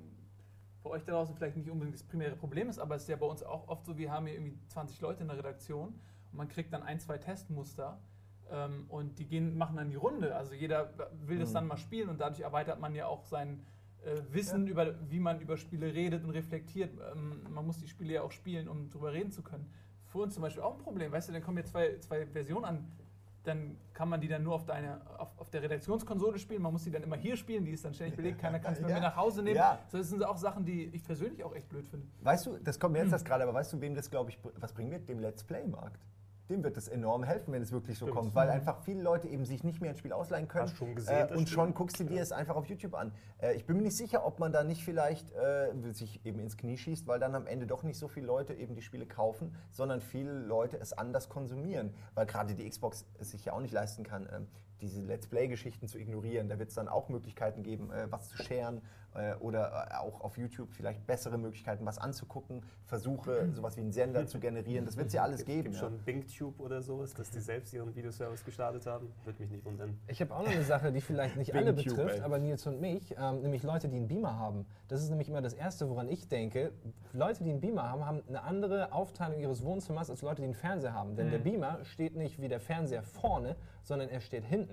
C: für euch da draußen vielleicht nicht unbedingt das primäre Problem ist, aber es ist ja bei uns auch oft so, wir haben hier irgendwie zwanzig Leute in der Redaktion und man kriegt dann ein, zwei Testmuster ähm, und die gehen, machen dann die Runde. Also jeder will das
A: Mhm.
C: dann mal spielen und dadurch erweitert man ja auch sein äh, Wissen
A: Ja.
C: über, wie man über Spiele redet und reflektiert. Ähm, man muss die Spiele ja auch spielen, um drüber reden zu können. Für uns zum Beispiel auch ein Problem, weißt du, dann kommen jetzt zwei, zwei Versionen an, dann kann man die dann nur auf, deine, auf, auf der Redaktionskonsole spielen. Man muss die dann immer hier spielen, die ist dann ständig belegt, keiner kann es mehr
A: Ja.
C: mit nach Hause nehmen.
A: Ja.
C: So, das sind auch Sachen, die ich persönlich auch echt blöd finde.
A: Weißt du, das kommt mir jetzt das gerade, aber weißt du, wem das, glaube ich, br- was bringen wird? Dem Let's Play-Markt. Dem wird es enorm helfen, wenn es wirklich so
B: Stimmt.
A: kommt, weil einfach viele Leute eben sich nicht mehr ein Spiel ausleihen können.
B: Hast schon gesehen,
A: äh,
B: das
A: und schon
B: stimmt.
A: guckst du dir es einfach auf YouTube an. Äh, ich bin mir nicht sicher, ob man da nicht vielleicht äh, sich eben ins Knie schießt, weil dann am Ende doch nicht so viele Leute eben die Spiele kaufen, sondern viele Leute es anders konsumieren, weil gerade die Xbox es sich ja auch nicht leisten kann, ähm, diese Let's Play-Geschichten zu ignorieren. Da wird es dann auch Möglichkeiten geben, äh, was zu scheren äh, oder äh, auch auf YouTube vielleicht bessere Möglichkeiten, was anzugucken, Versuche, sowas wie einen Sender zu generieren. Das wird es ja alles
B: Gibt,
A: geben.
B: gibt
A: ja.
B: schon BingTube oder sowas, dass die selbst ihren Videoservice gestartet haben? Würde mich nicht wundern.
D: Ich habe auch noch eine Sache, die vielleicht nicht alle
A: Wegen Cube,
D: betrifft,
A: ey.
D: aber Nils und mich, ähm, nämlich Leute, die einen Beamer haben. Das ist nämlich immer das Erste, woran ich denke. Leute, die einen Beamer haben, haben eine andere Aufteilung ihres Wohnzimmers als Leute, die einen Fernseher haben. Denn
C: Mhm.
D: der Beamer steht nicht wie der Fernseher vorne, sondern er steht hinten.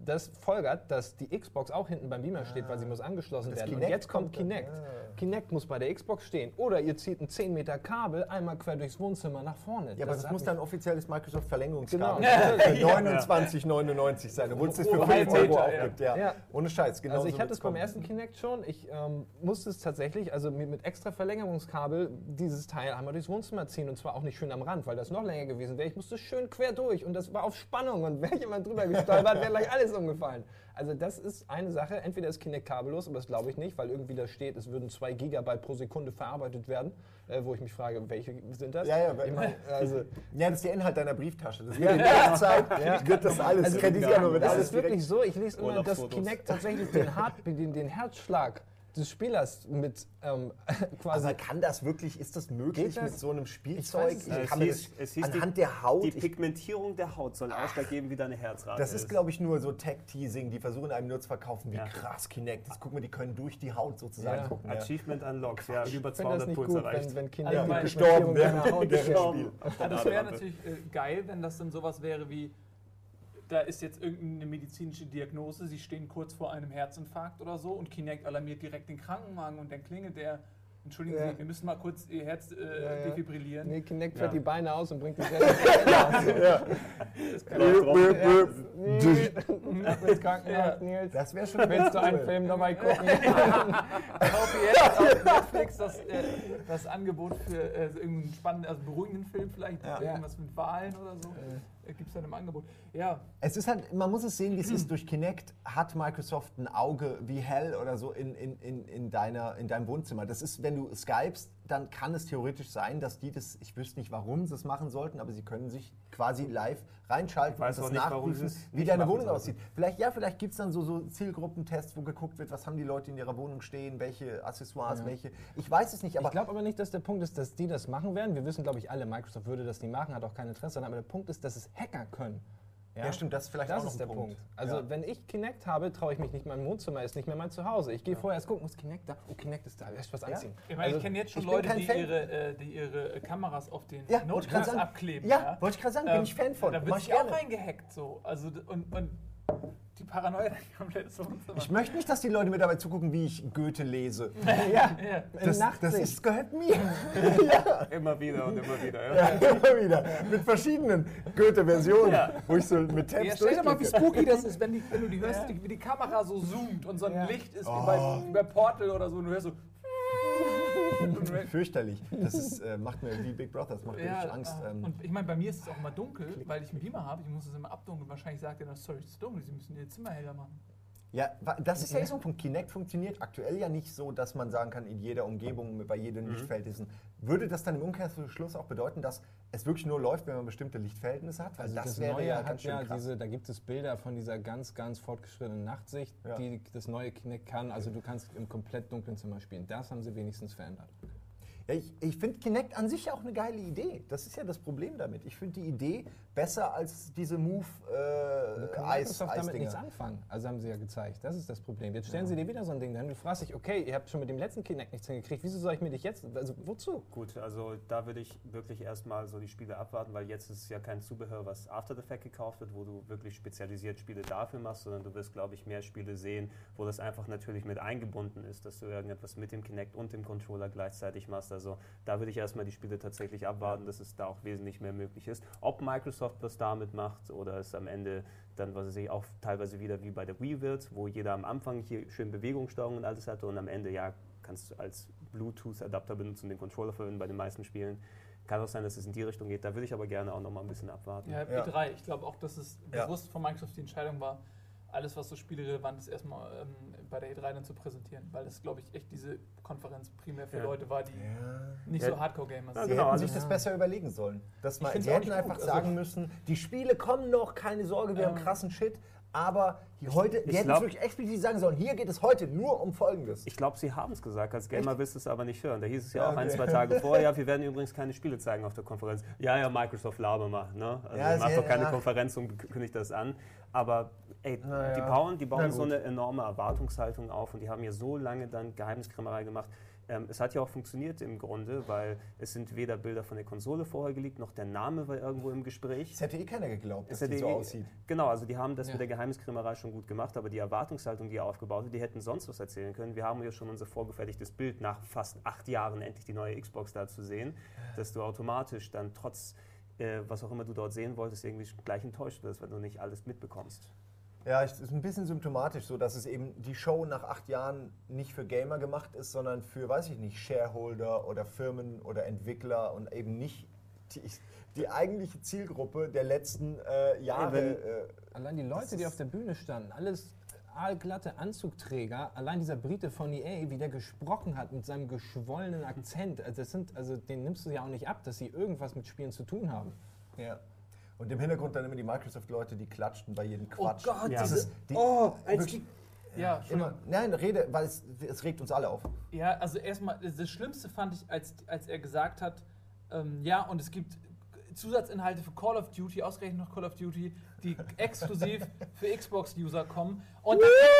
D: das folgert, dass die Xbox auch hinten beim Beamer steht, weil sie muss angeschlossen
A: Das
D: werden.
A: Kinect
D: und jetzt kommt
A: kommt dann,
D: Kinect.
A: ja.
D: Kinect muss bei der Xbox stehen. Oder ihr zieht ein zehn Meter Kabel einmal quer durchs Wohnzimmer nach vorne.
A: Ja, aber das
D: hat
A: muss
D: mich-
A: dann offizielles Microsoft-Verlängerungskabel
D: Genau.
A: für neunundzwanzig neunundneunzig sein, obwohl es das für
C: Pro
A: fünf Euro
C: Meter,
A: auch
C: ja.
A: gibt. Ja.
D: Ja.
A: Ohne Scheiß, genau
D: Also
A: so
D: ich hatte
A: wird's
D: es beim
A: kommen.
D: ersten Kinect schon. Ich ähm, musste es tatsächlich, also mit, mit extra Verlängerungskabel, dieses Teil einmal durchs Wohnzimmer ziehen. Und zwar auch nicht schön am Rand, weil das noch länger gewesen wäre. Ich musste schön quer durch und das war auf Spannung. Und wäre jemand drüber gestolpert, wäre gleich alles umgefallen. Also das ist eine Sache. Entweder ist Kinect kabellos, aber das glaube ich nicht, weil irgendwie da steht, es würden zwei Gigabyte pro Sekunde verarbeitet werden. Äh, wo ich mich frage, welche sind das?
A: Ja, ja,
D: ich mein, also,
A: Ja, das ist der Inhalt deiner Brieftasche. Das wird in der Zeit, wird das alles
D: Also,
A: kreditieren und wird
D: das
A: alles
D: ist wirklich
A: direkt.
D: so, ich lese immer, dass
B: Urlaubsfotos.
D: Kinect tatsächlich den, Hart, den, den Herzschlag des Spielers mit ähm, quasi...
A: Aber kann das wirklich, ist das möglich
D: Geht das?
A: mit so einem
D: Ich
A: Spielzeug?
D: weiß es nicht.
B: Es
A: kann mir
B: hieß-
A: das
B: es hieß
A: anhand
B: die-
A: der Haut,
B: Die
A: ich,
B: Pigmentierung der Haut soll Ausschlag geben, wie deine Herzrate
A: das ist, glaube ich, nur so Tech-Teasing. Die versuchen einem nur zu verkaufen, wie
B: Ja.
A: krass Kinect ist. Guck mal, die können durch die Haut sozusagen
D: Ja.
A: gucken. Ja.
B: Achievement unlocked, ja, über
D: ich finde das
B: zweihundert
D: nicht
B: Puls
D: gut,
B: erreicht.
D: wenn, wenn Kinect
C: Ja,
D: die
C: weil-
A: gestorben,
D: Pigmentierung
A: der-
D: deiner Haut
A: der
D: beschädigt.
A: Spiel.
C: Ja, das wäre natürlich äh, geil, wenn das dann sowas wäre wie, da ist jetzt irgendeine medizinische Diagnose, Sie stehen kurz vor einem Herzinfarkt oder so und Kinect alarmiert direkt den Krankenwagen und dann klingelt der, entschuldigen
D: Ja.
C: Sie, wir müssen mal kurz Ihr Herz äh,
D: Ja, ja.
C: defibrillieren.
D: Nee, Kinect
B: Ja.
D: fährt die Beine aus und bringt die Selbst.
C: Das kann
A: Böp, böp, böp.
D: Ab ins Krankenhaus, Nils.
A: Das wäre schon
D: Willst du einen
A: cool.
D: Film dabei gucken?
C: Ich kaufe jetzt auf Netflix das, äh, das Angebot für äh, so irgendeinen spannenden, also beruhigenden Film vielleicht,
A: Ja.
C: irgendwas mit Wahlen oder so, äh, gibt es dann im Angebot. Ja,
A: Es ist halt, man muss es sehen, wie es ist. Durch Kinect hat Microsoft ein Auge wie hell oder so in, in, in, in, deiner, in deinem Wohnzimmer. Das ist, wenn du skypst, dann kann es theoretisch sein, dass die das, ich wüsste nicht, warum sie es machen sollten, aber sie können sich quasi live reinschalten
B: Ich weiß
A: und
B: auch
A: das
B: nicht, warum
A: nachprüfen,
B: sie es
A: wie
B: nicht
A: deine
B: machen
A: Wohnung
B: sollten.
A: aussieht. Vielleicht, ja, vielleicht gibt es dann so, so Zielgruppentests, wo geguckt wird, was haben die Leute in ihrer Wohnung stehen, welche Accessoires,
D: Ja.
A: welche. Ich weiß es nicht, aber
D: Ich glaube aber nicht, dass der Punkt ist, dass die das machen werden. Wir wissen, glaube ich, alle, Microsoft würde das nie machen, hat auch kein Interesse daran. Aber der Punkt ist, dass es Hacker können.
A: ja, stimmt, das ist vielleicht
D: Das
A: auch noch
D: ist
A: ein
D: der
A: Punkt.
D: Punkt. Also
A: Ja.
D: wenn ich Kinect habe, traue ich mich nicht, mein Wohnzimmer ist nicht mehr mein Zuhause. Ich gehe vorher erst gucken, muss Kinect da? Oh, Kinect ist da, erst was anziehen.
C: ich meine,
D: Also,
C: ich kenne jetzt schon
A: ich bin
C: Leute,
A: kein
C: die
A: Fan.
C: ihre, äh, die ihre Kameras auf den
A: Ja, wollte ich gerade
C: Notebooks
A: sagen.
C: abkleben.
A: Ja, wollte ich gerade sagen, bin
C: Ähm,
A: ich Fan von.
C: Da
A: Mach
C: wird
A: ich
C: sich auch
A: gerne.
C: reingehackt so. Also, d- und, und die Paranoia dann komplett so.
A: Ich möchte nicht, dass die Leute mir dabei zugucken, wie ich Goethe lese.
D: ja,
C: Ja.
D: in
A: Das, das
D: Nachtsicht.
A: ist, gehört mir.
B: Immer wieder und immer wieder. Ja.
A: Ja, immer wieder. Mit verschiedenen Goethe-Versionen,
B: Ja.
A: wo ich so mit Tabs
C: Ja, stell dir mal, wie
A: durchklicke.
C: spooky das ist, wenn, die, wenn du die hörst, die, wie die Kamera so zoomt und so ein
D: Ja.
C: Licht ist
A: Oh.
C: wie, bei, wie bei Portal oder so und du hörst so.
A: Fürchterlich. Das ist, äh, macht mir wie Big Brother, das macht mir richtig Angst.
C: äh,
A: Ähm,
C: und ich meine, bei mir ist es auch immer dunkel, weil ich einen Beamer habe. Ich muss es immer abdunkeln. Wahrscheinlich sagt er, sorry, es ist dunkel, Sie müssen Ihr Zimmer heller machen.
A: ja, wa- das ist ja so ein Punkt. Kinect funktioniert aktuell ja nicht so, dass man sagen kann, in jeder Umgebung, bei jedem Lichtfeld ist ein. Würde das dann im Umkehrschluss auch bedeuten, dass es wirklich nur läuft, wenn man bestimmte Lichtverhältnisse hat? Weil
D: Also
A: das,
D: das,
A: wäre
D: Neue
A: ja
D: hat
A: ganz schön
D: ja
A: krass.
D: diese, da gibt es Bilder von dieser ganz, ganz fortgeschrittenen Nachtsicht,
A: Ja.
D: die das neue Kinect kann. Also du kannst im komplett dunklen Zimmer spielen. Das haben sie wenigstens verändert.
A: Ja, ich ich finde Kinect an sich auch eine geile Idee. Das ist ja das Problem damit. Ich finde die Idee besser als diese Move
D: Du
A: äh,
D: kannst
A: Eis,
D: Microsoft damit
A: Eisdinger.
D: nichts anfangen. Also haben sie ja gezeigt. Das ist das Problem. Jetzt stellen sie dir wieder so ein Ding hin. Du fragst dich, okay, ihr habt schon mit dem letzten Kinect nichts hingekriegt. Wieso soll ich mir dich jetzt, also wozu?
B: Gut, also da würde ich wirklich erstmal so die Spiele abwarten, weil jetzt ist es ja kein Zubehör, was After the Fact gekauft wird, wo du wirklich spezialisiert Spiele dafür machst, sondern du wirst, glaube ich, mehr Spiele sehen, wo das einfach natürlich mit eingebunden ist, dass du irgendetwas mit dem Kinect und dem Controller gleichzeitig machst. Also da würde ich erstmal die Spiele tatsächlich abwarten, dass es da auch wesentlich mehr möglich ist. Ob Microsoft was damit macht oder es am Ende dann, was weiß ich, auch teilweise wieder wie bei der Wii wird, wo jeder am Anfang hier schön Bewegungssteuerung und alles hatte und am Ende, ja, kannst du als Bluetooth-Adapter benutzen und den Controller verwenden bei den meisten Spielen. Kann auch sein, dass es in die Richtung geht. Da würde ich aber gerne auch noch mal ein bisschen abwarten.
C: Ja,
A: Ja.
C: E drei. Ich glaube auch, dass es
A: Ja.
C: bewusst von Microsoft die Entscheidung war, alles, was so spielerelevant ist, erstmal ähm, bei der E drei dann zu präsentieren. Weil das, glaube ich, echt diese Konferenz primär für
B: Ja.
C: Leute war, die nicht
B: Ja.
C: so Hardcore-Gamers
B: Ja,
A: Sie
C: sind.
B: genau,
A: hätten
B: also
A: sich das
D: ja.
A: besser überlegen sollen. Dass man,
C: find's
A: sie
C: auch
A: hätten
C: nicht
A: einfach
C: gut.
A: sagen
C: Also-
A: müssen, die Spiele kommen noch, keine Sorge, wir haben
C: Ähm.
A: krassen Shit. Aber die, heute, die
B: ich
A: hätten
B: glaub-
A: es wirklich explizit sagen sollen, hier geht es heute nur um Folgendes.
B: Ich glaube, sie haben es gesagt. Als Gamer willst du es aber nicht hören. Da hieß es ja,
A: Ja,
B: auch ein,
A: okay.
B: zwei Tage vorher, ja, wir werden übrigens keine Spiele zeigen auf der Konferenz. Ja, ja, Microsoft laber mal. Ne? Also
A: Ja,
B: macht
A: sie-
B: doch keine
A: ja.
B: Konferenz und kündigt das an. Aber ey,
A: Na
B: die
A: ja.
B: bauen, die
A: Na
B: bauen
A: gut.
B: so eine enorme Erwartungshaltung auf und die haben ja so lange dann Geheimniskrämerei gemacht. Ähm, es hat ja auch funktioniert im Grunde, weil es sind weder Bilder von der Konsole vorher geleakt, noch der Name war irgendwo im Gespräch.
A: Das hätte eh keiner geglaubt, dass
B: Es
A: die
B: hätte
A: so
B: eh-
A: aussieht.
B: Genau, also die haben das
D: Ja.
B: mit der Geheimniskrämerei schon gut gemacht, aber die Erwartungshaltung, die er aufgebaut hat, die hätten sonst was erzählen können. Wir haben ja schon unser vorgefertigtes Bild nach fast acht Jahren endlich die neue Xbox da zu sehen, dass du automatisch dann trotz, äh, was auch immer du dort sehen wolltest, irgendwie gleich enttäuscht wirst, wenn du nicht alles mitbekommst.
A: Ja, es ist ein bisschen symptomatisch so, dass es eben die Show nach acht Jahren nicht für Gamer gemacht ist, sondern für, weiß ich nicht, Shareholder oder Firmen oder Entwickler und eben nicht die, die eigentliche Zielgruppe der letzten äh, Jahre.
B: Wenn-
A: äh,
D: Allein die Leute, die auf der Bühne standen, alles aalglatte Anzugträger, allein dieser Brite von E A, wie der gesprochen hat mit seinem geschwollenen Akzent, also, das sind, also den nimmst du ja auch nicht ab, dass sie irgendwas mit Spielen zu tun haben.
A: ja. Und im Hintergrund dann immer die Microsoft-Leute, die klatschten bei jedem Quatsch.
B: Gott,
A: das
B: diese-
A: ist die,
B: oh, als
A: wirklich
C: Ja, schon.
A: immer, nein, rede, weil es, es regt uns alle auf.
C: Ja, also erstmal, das Schlimmste fand ich, als, als er gesagt hat, ähm, ja, und es gibt Zusatzinhalte für Call of Duty, ausgerechnet noch Call of Duty, die exklusiv für Xbox-User kommen. Und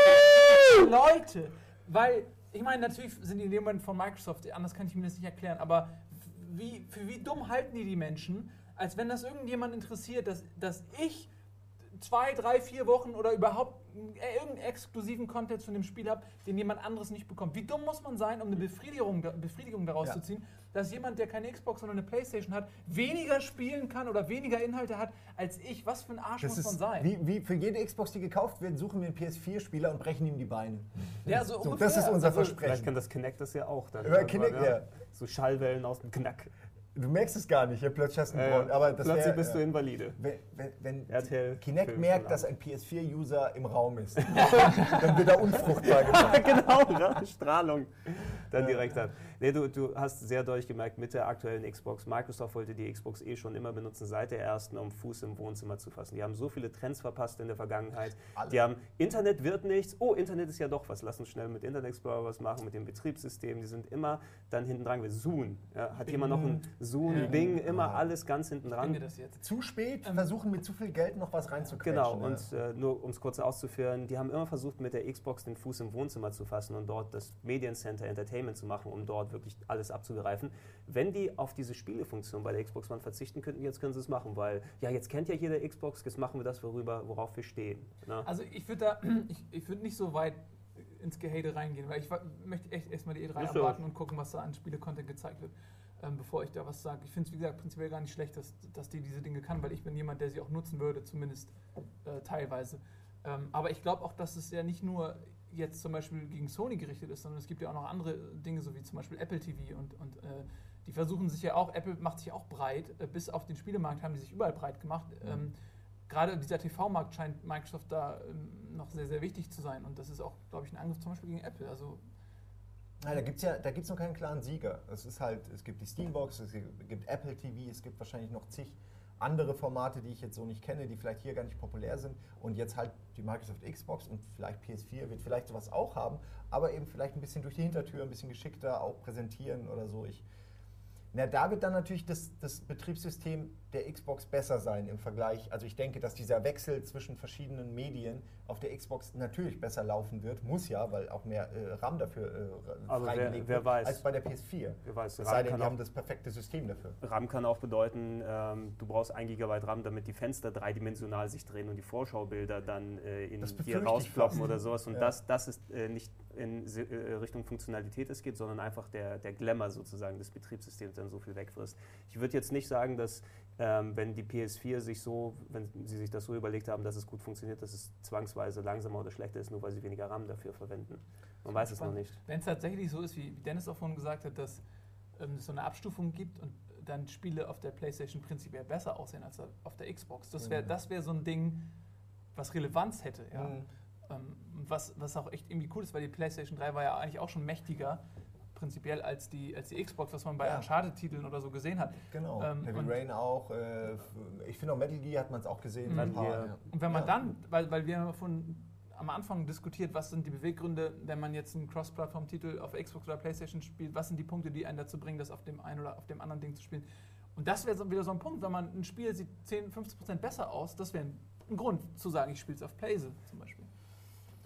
C: dann Leute, weil, ich meine, natürlich sind die in dem Moment von Microsoft, anders kann ich mir das nicht erklären, aber wie, für wie dumm halten die die Menschen, als wenn das irgendjemand interessiert, dass, dass ich zwei, drei, vier Wochen oder überhaupt äh, irgendeinen exklusiven Content von dem Spiel habe, den jemand anderes nicht bekommt. Wie dumm muss man sein, um eine Befriedigung, Befriedigung daraus
A: Ja.
C: zu ziehen, dass jemand, der keine Xbox, sondern eine Playstation hat, weniger spielen kann oder weniger Inhalte hat als ich? Was für ein Arsch
A: Das
C: muss man
A: ist
C: sein?
A: wie, wie für jede Xbox, die gekauft wird, suchen wir einen P S vier Spieler und brechen ihm die Beine.
C: Ja, so
A: So,
C: ungefähr.
A: das ist unser
C: Also,
B: Vielleicht
A: Versprechen.
B: kann das Kinect das ja auch dann.
A: Ja,
B: irgendwann,
A: Kinect, ja.
B: So Schallwellen aus dem Knack.
A: Du merkst es gar nicht, hier plötzlich hast du einen
B: Äh,
A: Braun, aber das
B: plötzlich
A: wär,
B: bist du
A: äh,
B: invalide.
A: Wenn, wenn, wenn
B: RTL
A: Kinect
B: Film
A: merkt,
B: von
A: dass
B: Abend.
A: ein P S vier User im Raum ist, dann wird er unfruchtbar gemacht.
B: Genau, ne? Strahlung dann direkt an. Nee, du, du hast sehr deutlich gemerkt, mit der aktuellen Xbox, Microsoft wollte die Xbox eh schon immer benutzen, seit der ersten, um Fuß im Wohnzimmer zu fassen. Die haben so viele Trends verpasst in der Vergangenheit.
A: Alle.
B: Die haben, Internet wird nichts, oh, Internet ist ja doch was, lass uns schnell mit Internet Explorer was machen, mit dem Betriebssystem, die sind immer dann hinten dran. Zoom, ja, hat jemand noch ein Zoom,
C: Ja.
B: Bing, immer
A: Ja.
B: alles ganz hinten
C: ich finde
B: dran.
C: das jetzt.
A: Zu spät
C: Ähm,
A: versuchen mit zu viel Geld noch was reinzuquetschen.
B: Genau,
A: ja.
B: und äh, nur um es kurz auszuführen, die haben immer versucht, mit der Xbox den Fuß im Wohnzimmer zu fassen und dort das Mediencenter Entertainment zu machen, um dort wirklich alles abzugreifen. Wenn die auf diese Spielefunktion bei der Xbox One verzichten könnten, jetzt können sie es machen, weil ja, jetzt kennt ja jeder Xbox, jetzt machen wir das, worüber, worauf wir stehen. Ne?
C: Also ich würde da, ich, ich würde nicht so weit ins Gehate reingehen, weil ich wa- möchte echt erstmal die E drei
B: Ist so.
C: abwarten und gucken, was da an Spiele-Content gezeigt wird, ähm, bevor ich da was sage. Ich finde es, wie gesagt, prinzipiell gar nicht schlecht, dass, dass die diese Dinge kann, weil ich bin jemand, der sie auch nutzen würde, zumindest äh, teilweise. Ähm, aber ich glaube auch, dass es ja nicht nur jetzt zum Beispiel gegen Sony gerichtet ist, sondern es gibt ja auch noch andere Dinge, so wie zum Beispiel Apple T V und, und äh, die versuchen sich ja auch, Apple macht sich auch breit, äh, bis auf den Spielemarkt haben die sich überall breit gemacht. Ähm, Gerade dieser T V-Markt scheint Microsoft da ähm, noch sehr, sehr wichtig zu sein und das ist auch, glaube ich, ein Angriff zum Beispiel gegen Apple. Also
A: Ja, da gibt es ja da gibt's noch keinen klaren Sieger. Es ist halt, es gibt die Steambox, es gibt Apple T V, es gibt wahrscheinlich noch zig andere Formate, die ich jetzt so nicht kenne, die vielleicht hier gar nicht populär sind. Und jetzt halt die Microsoft Xbox und vielleicht P S vier wird vielleicht sowas auch haben, aber eben vielleicht ein bisschen durch die Hintertür, ein bisschen geschickter auch präsentieren oder so. Ich, na, da wird dann natürlich das, das Betriebssystem der Xbox besser sein im Vergleich. Also ich denke, dass dieser Wechsel zwischen verschiedenen Medien auf der Xbox natürlich besser laufen wird. Muss ja, weil auch mehr äh, RAM dafür äh,
B: Aber wer-
A: freigelegt
B: wer
A: wird,
B: weiß.
A: als bei der P S vier.
B: Wer weiß,
A: Es
B: RAM
A: sei denn,
B: kann
A: die
B: auch-
A: haben das perfekte System dafür.
B: RAM kann auch bedeuten, ähm, du brauchst ein Gigabyte RAM, damit die Fenster dreidimensional sich drehen und die Vorschaubilder dann äh, in
A: Das
B: hier
A: befürchte ich
B: rausploppen
A: fast.
B: oder sowas. Und
A: Ja.
B: das, das ist äh, nicht in Se- äh, Richtung Funktionalität es geht, sondern einfach der, der Glamour sozusagen des Betriebssystems dann so viel wegfrisst. Ich würde jetzt nicht sagen, dass ähm, wenn die P S vier sich so, wenn sie sich das so überlegt haben, dass es gut funktioniert, dass es zwangsweise langsamer oder schlechter ist, nur weil sie weniger RAM dafür verwenden. Man weiß es noch nicht.
C: wenn es tatsächlich so ist, wie Dennis auch vorhin gesagt hat, dass ähm, es so eine Abstufung gibt und dann Spiele auf der PlayStation prinzipiell besser aussehen als auf der Xbox, das wäre
A: Mhm.
C: das wär so ein Ding, was Relevanz hätte. Ja?
A: Mhm.
C: Ähm, was, was auch echt irgendwie cool ist, weil die PlayStation drei war ja eigentlich auch schon mächtiger, prinzipiell als die, als die Xbox, was man bei
A: Ja.
C: Uncharted-Titeln oder so gesehen hat.
A: Genau.
C: Ähm,
A: Heavy
C: und-
A: Rain auch. Äh, ich finde auch Metal Gear hat man es auch gesehen.
C: Mhm.
A: so ein
B: Metal
A: paar,
B: Gear.
A: ja.
C: Und wenn man
A: Ja.
C: dann, weil, weil wir haben von am Anfang diskutiert, was sind die Beweggründe, wenn man jetzt einen Cross-Plattform-Titel auf Xbox oder PlayStation spielt, was sind die Punkte, die einen dazu bringen, das auf dem einen oder auf dem anderen Ding zu spielen. Und das wäre so, wieder so ein Punkt, wenn man ein Spiel sieht zehn, fünfzehn Prozent besser aus, das wäre ein, ein Grund zu sagen, ich spiele es auf Playse zum Beispiel.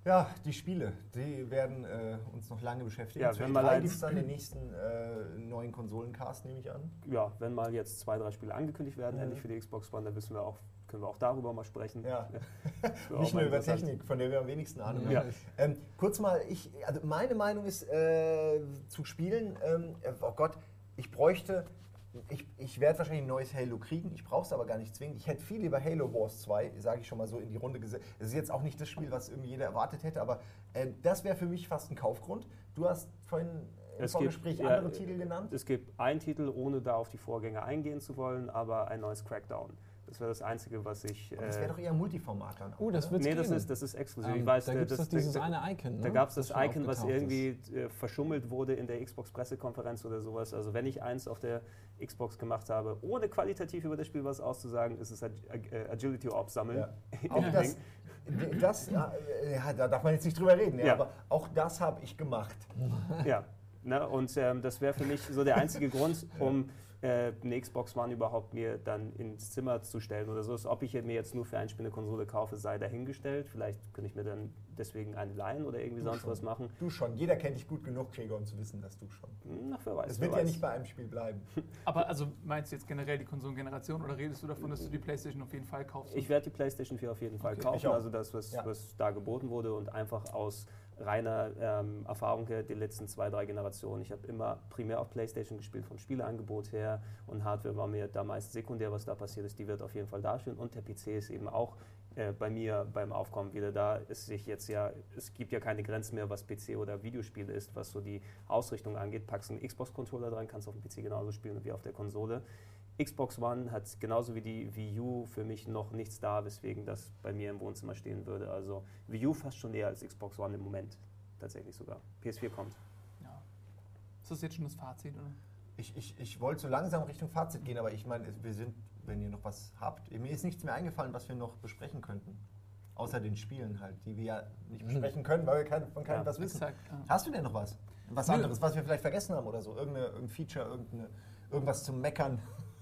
A: Ja, die Spiele, die werden äh, uns noch lange beschäftigen.
B: Ja,
A: Zu
B: wenn
A: E
B: mal
A: drei
B: eins-
A: gibt es dann den nächsten äh, neuen Konsolencast, nehme ich an.
B: Ja, wenn mal jetzt zwei, drei Spiele angekündigt werden,
A: Ja.
B: endlich für die Xbox One, dann wissen wir auch, können wir auch darüber mal sprechen.
A: Ja.
B: Das wäre auch
A: Nicht
B: mal
A: nur über
B: interessant.
A: Technik, von der wir am wenigsten Ahnung haben.
B: Ja.
A: Ähm, kurz mal, ich, also meine Meinung ist, äh, zu spielen, ähm, oh Gott, ich bräuchte, ich, ich werde wahrscheinlich ein neues Halo kriegen, ich brauche es aber gar nicht zwingend. Ich hätte viel lieber Halo Wars zwei, sage ich schon mal so in die Runde gesetzt. Es ist jetzt auch nicht das Spiel, was irgendwie jeder erwartet hätte, aber äh, das wäre für mich fast ein Kaufgrund. Du hast vorhin im
B: Es
A: Vorgespräch
B: gibt, ja,
A: andere Titel genannt.
B: Es gibt einen Titel, ohne da auf die Vorgänger eingehen zu wollen, aber ein neues Crackdown. Das wäre das Einzige, was ich...
A: Aber das
B: äh,
A: wäre doch eher Multiformat dann.
D: Oh, das
A: oder?
D: wird's
B: Nee, das
D: geben.
B: ist, das ist exklusiv.
D: Ähm,
B: ich weiß,
D: da
B: der-
D: gibt es
B: das-
D: doch dieses
B: der-
D: eine Icon. Ne?
B: Da gab es das
D: schon
B: Icon, was
D: aufgetaucht
B: irgendwie
D: ist.
B: äh, verschummelt wurde in der Xbox-Pressekonferenz oder sowas. Also wenn ich eins auf der Xbox gemacht habe, ohne qualitativ über das Spiel was auszusagen, ist es Ag äh, Agility Orbs sammeln.
A: Ja.
B: Im
A: Auch das,
B: Ring.
A: das ja, ja, da darf man jetzt nicht drüber reden, ja,
B: Ja.
A: aber auch das habe ich gemacht.
B: Ja, ne, und ähm, das wäre für mich so der einzige Grund, um äh, eine Xbox One überhaupt mir dann ins Zimmer zu stellen oder so. Ist, ob ich mir jetzt nur für ein Spiel eine Konsole kaufe, sei dahingestellt. Vielleicht könnte ich mir dann deswegen eine leihen oder irgendwie
A: Du
B: sonst
A: schon.
B: was machen.
A: Du schon. Jeder kennt dich gut genug, Gregor, um zu wissen, dass du schon.
B: Hm, Ach, wer weiß.
A: Es
B: wer
A: wird ja
B: weiß.
A: nicht bei einem Spiel bleiben.
C: Aber also meinst du jetzt generell die Konsolengeneration oder redest du davon, dass du die PlayStation auf jeden Fall kaufst?
B: Ich werde die PlayStation vier auf jeden Fall
C: Okay.
A: Ich
B: kaufen,
A: auch.
B: also das, was,
A: Ja.
B: was da geboten wurde und einfach aus reiner ähm, Erfahrung her, die letzten zwei, drei Generationen. Ich habe immer primär auf PlayStation gespielt, vom Spieleangebot her, und Hardware war mir da meist sekundär, was da passiert ist, die wird auf jeden Fall dastehen, und der P C ist eben auch äh, bei mir beim Aufkommen wieder da. Es sich jetzt ja, es gibt ja keine Grenzen mehr, was P C oder Videospiel ist, was so die Ausrichtung angeht. Packst einen Xbox-Controller dran, kannst auf dem P C genauso spielen wie auf der Konsole. Xbox One hat genauso wie die Wii U für mich noch nichts da, weswegen das bei mir im Wohnzimmer stehen würde. Also Wii U fast schon eher als Xbox One im Moment, tatsächlich sogar. P S vier kommt.
C: Ja. Ist das jetzt schon das Fazit, oder?
A: Ich, ich, ich wollte so langsam Richtung Fazit gehen, aber ich meine, es- wir sind, wenn ihr noch was habt, mir ist nichts mehr eingefallen, was wir noch besprechen könnten. Außer den Spielen halt, die wir ja nicht besprechen können, weil wir kein, von keinem
B: Ja,
A: was wissen.
C: Exakt. Ja.
A: Hast du denn noch was? Was
C: Nö.
A: anderes, was wir vielleicht vergessen haben oder so? Irgendeine, irgendein Feature, irgendeine, irgendwas zum Meckern?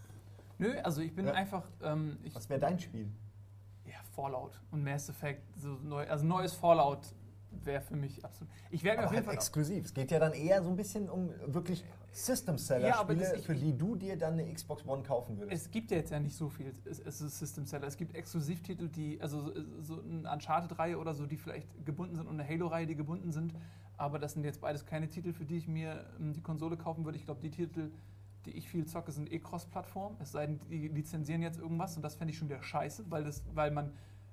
C: Nö, also ich bin
A: Ja.
C: einfach, ähm, ich,
A: Was wäre dein Spiel?
C: ja, Fallout und Mass Effect, so neu, also neues Fallout wäre für mich absolut. Ich werde mir
A: Aber
C: auf jeden
A: halt
C: Fall
A: exklusiv. Es geht ja dann eher so ein bisschen um wirklich
C: Ja, aber das-
A: System-Seller-Spiele,
C: ich-
A: für die du dir dann eine Xbox One kaufen würdest.
C: Es gibt ja jetzt ja nicht so viel es, es ist System Seller. Es gibt Exklusivtitel, die, also so- so eine Uncharted-Reihe oder so, die vielleicht gebunden sind, und eine Halo-Reihe, die gebunden sind. Aber das sind jetzt beides keine Titel, für die ich mir ähm, die Konsole kaufen würde. Ich glaube, die Titel, die ich viel zocke, sind eh Cross-Plattform. Es sei denn, die lizenzieren jetzt irgendwas, und das fände ich schon wieder scheiße, weil, das, weil man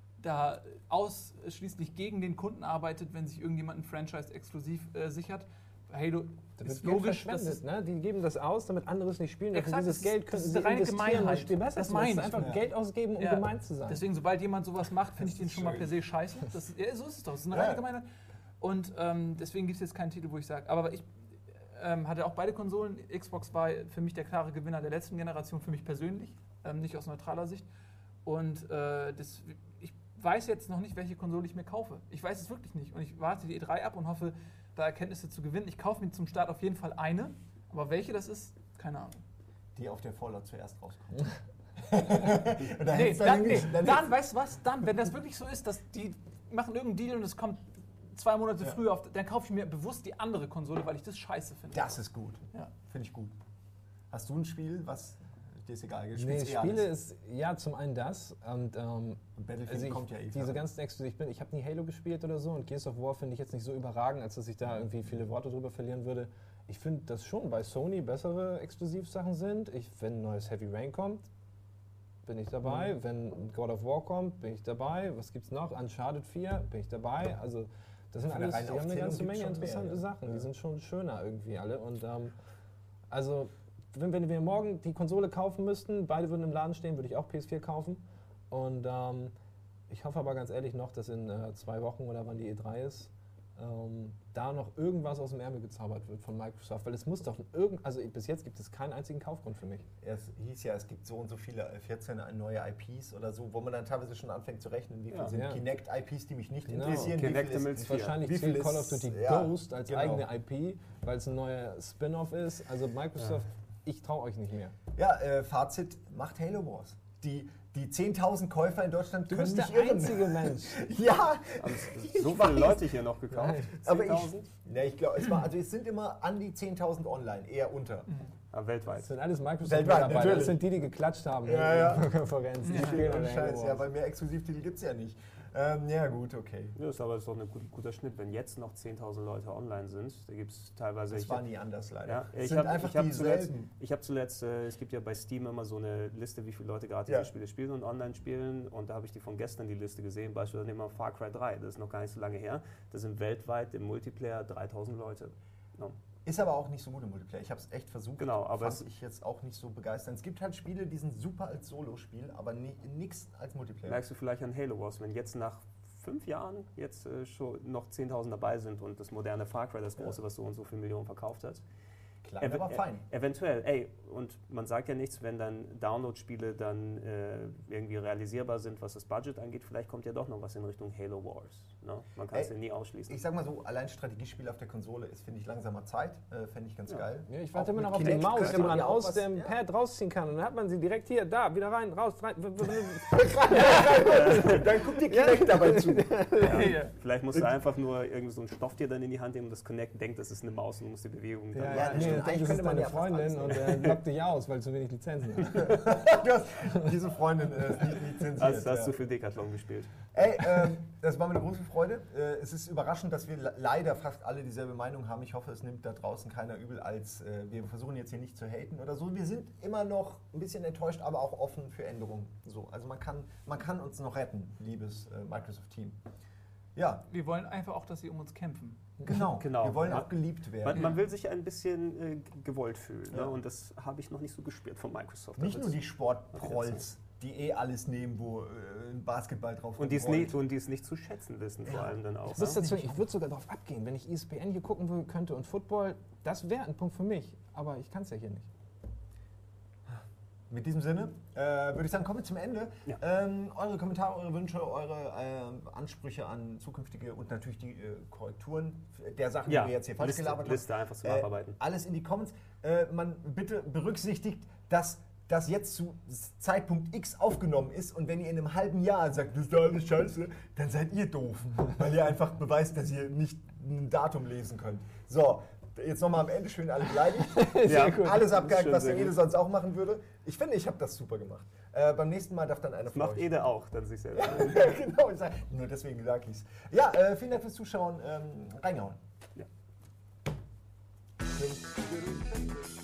C: da ausschließlich gegen den Kunden arbeitet, wenn sich irgendjemand ein Franchise exklusiv äh, sichert. Halo
D: Da
C: ist
D: wird Geld
C: logisch, dass
D: verschwendet,
C: es
D: ne? Die geben das aus, damit andere es nicht spielen. dürfen.
C: Exakt,
D: Dieses
C: das ist-
D: Geld
C: das
D: können
C: ist
D: sie
C: eine reine
D: investieren, um
C: Gemeinheit.
D: das Spiel besser
C: Das
D: zu machen.
C: meine
D: Das ist
C: ich.
D: einfach
A: Ja.
D: Geld ausgeben, um
C: Ja.
D: gemein zu sein.
C: Deswegen, sobald jemand sowas macht, finde ich den
A: ist
C: schon mal
A: schön.
C: per se scheiße. Das ist, ja, so ist es doch. Das ist eine
A: Ja.
C: reine Gemeinheit. Und ähm, deswegen gibt es jetzt keinen Titel, wo ich sage, aber ich ähm, hatte auch beide Konsolen. Xbox war für mich der klare Gewinner der letzten Generation, für mich persönlich, ähm, nicht aus neutraler Sicht. Und äh, das, ich weiß jetzt noch nicht, welche Konsole ich mir kaufe. Ich weiß es wirklich nicht. Und ich warte die E drei ab und hoffe, da Erkenntnisse zu gewinnen. Ich kaufe mir zum Start auf jeden Fall eine, aber welche das ist, keine Ahnung.
A: Die auf der Fallout zuerst rauskommt. Und da
C: Nee,
A: hätt's
C: dann, nee,
A: nicht-
C: dann,
A: hätt's-
C: weißt du was, dann, wenn das wirklich so ist, dass die machen irgendeinen Deal und es kommt zwei Monate
A: Ja.
C: früher, auf, dann kaufe ich mir bewusst die andere Konsole, weil ich das scheiße finde.
A: Das ist gut.
C: Ja.
A: Finde ich gut. Hast du ein Spiel, was dir ist egal? Du
D: Nee,
A: spielst eh
D: Spiele
A: alles.
D: ist, ja, zum einen das. Und, ähm,
A: Und Battlefield
D: also ich,
A: kommt ja eh.
D: diese ganzen Exklusiv, ich bin, ich habe nie Halo gespielt oder so, und Gears of War finde ich jetzt nicht so überragend, als dass ich da irgendwie viele Worte drüber verlieren würde. Ich finde, dass schon bei Sony bessere Exklusivsachen sind. Ich, wenn ein neues Heavy Rain kommt, bin ich dabei. Wenn God of War kommt, bin ich dabei. Was gibt's noch? Uncharted vier, bin ich dabei. Also das sind
A: Von der
D: alles,
A: reinen
D: die haben eine
A: Aufzählung
D: ganze
A: gibt's
D: Menge
A: schon
D: interessante
A: mehr, ja.
D: Sachen.
A: Ja.
D: Die sind schon schöner irgendwie alle. Und ähm, also wenn, wenn wir morgen die Konsole kaufen müssten, beide würden im Laden stehen, würde ich auch P S vier kaufen. Und ähm, ich hoffe aber ganz ehrlich noch, dass in äh, zwei Wochen oder wann die E drei ist, ähm, da noch irgendwas aus dem Ärmel gezaubert wird von Microsoft. Weil es muss doch irgend, also bis jetzt gibt es keinen einzigen Kaufgrund für mich.
A: Es hieß ja, es gibt so und so viele, äh, vierzehn neue I Ps oder so, wo man dann teilweise schon anfängt zu rechnen, wie viel
B: Ja.
A: sind
D: Ja.
A: Kinect-I Ps, die mich nicht
D: Genau.
A: interessieren.
B: Kinect
A: wie viel
B: Mills
A: ist,
B: vier.
D: Wahrscheinlich
A: Wie viel
D: zählt Call of
A: ist-
D: Duty
A: ja,
D: Ghost als
A: genau.
D: eigene I P, weil es ein neuer Spin-off ist. Also Microsoft, ich traue euch nicht mehr.
A: Ja, äh, Fazit, macht Halo Wars. die, die zehntausend Käufer in Deutschland
D: Du
A: können
D: bist der
A: mich irren.
D: einzige Mensch.
A: Ja,
B: Also,
A: ich
B: so viele
A: weiß.
B: Leute hier noch gekauft.
A: aber ich,
B: zehntausend?
A: ne, ich glaube, es war, also es sind immer an die zehntausend online, eher unter.
B: Ah, weltweit.
D: Das sind alles Microsoft
A: Weltweit,
D: Mitarbeiter.
A: natürlich.
D: Das sind die, die geklatscht haben
A: Ja,
D: in
A: ja.
D: der Konferenz. Die spielen
A: Ohne
D: alle
A: Scheiß,
D: Halo
A: ja,
D: Wars.
A: weil mehr Exklusivtitel gibt es ja nicht. Ähm, ja, gut, okay.
B: Ja, ist aber ist doch ein gut, guter Schnitt, wenn jetzt noch zehntausend Leute online sind. Da gibt es teilweise.
A: Das
B: ich
A: war
B: hab-
A: nie anders leider.
B: Ja,
A: es
B: ich
A: sind
B: habe
A: einfach
B: ich hab zuletzt,
A: dieselben.
B: ich hab zuletzt äh, es gibt ja bei Steam immer so eine Liste, wie viele Leute gerade
A: Ja.
B: diese Spiele spielen und online spielen. Und da habe ich die von gestern die Liste gesehen, beispielsweise nehmen wir Far Cry drei, das ist noch gar nicht so lange her. Da sind weltweit im Multiplayer dreitausend Leute. Ja.
A: Ist aber auch nicht so gut im Multiplayer. Ich habe es echt versucht.
B: Genau, aber
A: fand
B: es-
A: ich jetzt auch nicht so begeisternd. Es gibt halt Spiele, die sind super als Solo-Spiel, aber nichts als Multiplayer.
B: Merkst du vielleicht an Halo Wars, wenn jetzt nach fünf Jahren jetzt äh, schon noch zehntausend dabei sind und das moderne Far Cry, das große, was so und so viele Millionen verkauft hat.
A: Klein,
B: Ev-
A: aber
B: e-
A: fein.
B: Eventuell, ey, und man sagt ja nichts, wenn dann Download-Spiele dann äh, irgendwie realisierbar sind, was das Budget angeht, vielleicht kommt ja doch noch was in Richtung Halo Wars. Ne? Man kann es
A: Ey,
B: ja nie ausschließen.
A: Ich sag mal so, allein Strategiespiele auf der Konsole ist, finde ich, langsamer Zeit. Äh, Fände ich ganz
B: Ja.
A: geil.
D: Ja, ich warte
A: Auch
D: immer noch
A: mit
D: auf die
A: Kinect
D: Maus,
A: könnte
D: die man
A: ja auch
D: aus
A: was-
D: dem
A: ja.
D: Pad rausziehen kann. Und dann hat man sie direkt hier, da, wieder rein, raus, rein.
A: Dann guckt dir Kinect dabei zu.
B: Ja. Vielleicht musst du einfach nur irgend so ein Stofftier dann in die Hand nehmen und das Connect denkt, das ist eine Maus und du musst die Bewegung dann.
D: Ja,
A: Ja,
D: ja,
A: das
D: nee,
A: stimmt.
D: ich denke,
A: Eigentlich
D: das ist
A: könnte man
D: deine
A: ja fast
D: Freundin
A: alles
D: und äh, lockt dich aus, weil du zu wenig Lizenzen hast.
A: Du hast, diese Freundin äh, ist nicht lizenziert.
B: Hast, hast
A: ja.
B: du für Decathlon gespielt?
A: Ey, ähm, das war mir eine große Freude. Äh, es ist überraschend, dass wir le- leider fast alle dieselbe Meinung haben. Ich hoffe, es nimmt da draußen keiner übel, als äh, wir versuchen jetzt hier nicht zu haten oder so. Wir sind immer noch ein bisschen enttäuscht, aber auch offen für Änderungen. So, also man kann, man kann uns noch retten, liebes äh, Microsoft-Team. Ja,
C: Wir wollen einfach auch, dass sie um uns kämpfen.
A: genau.
B: Genau.
A: Wir wollen
B: Ja.
A: auch geliebt werden.
B: Man, man will sich ein bisschen äh, gewollt fühlen.
A: Ja.
B: Ne? Und das habe ich noch nicht so gespürt von Microsoft.
A: Nicht
B: Also
A: nur die
B: das-
A: Sportprolls, die eh alles nehmen, wo äh, ein Basketball drauf
B: und die es
A: rumrollt.
B: nicht, und die es nicht zu schätzen wissen, vor
A: Ja.
B: allem dann auch.
D: Ich würde
B: Ne?
D: dazu- ich würde sogar darauf abgehen, wenn ich E S P N hier gucken will- könnte und Football, das wäre ein Punkt für mich. Aber ich kann es ja hier nicht.
A: Mit diesem Sinne äh, würde ich sagen, kommen wir zum Ende.
B: Ja.
A: Ähm, eure Kommentare, eure Wünsche, eure äh, Ansprüche an zukünftige und natürlich die äh, Korrekturen der Sachen,
B: Ja,
A: die wir jetzt hier falsch
B: Liste,
A: gelabert
B: Liste einfach zum
A: haben. Äh,
B: Abarbeiten.
A: alles in die Comments. Äh, man bitte berücksichtigt, dass das jetzt zu Zeitpunkt X aufgenommen ist und wenn ihr in einem halben Jahr sagt, das ist doch alles scheiße, dann seid ihr doof, weil ihr einfach beweist, dass ihr nicht ein Datum lesen könnt. So, jetzt nochmal am Ende schön alle beleidigt.
B: Ja,
D: gut.
A: Alles abgehakt,
B: Schön,
A: was
B: sehr
A: der Ede
B: gut.
A: sonst auch machen würde. Ich finde, ich habe das super gemacht. Äh, beim nächsten Mal darf dann einer
B: Das
A: von
B: macht
A: euch.
B: Ede auch, dann sich selber.
A: Ja, genau, ich sag, nur deswegen sage ich es. Ja, äh, vielen Dank fürs Zuschauen. Ähm, reingehauen.
B: Ja.
A: Tschüss.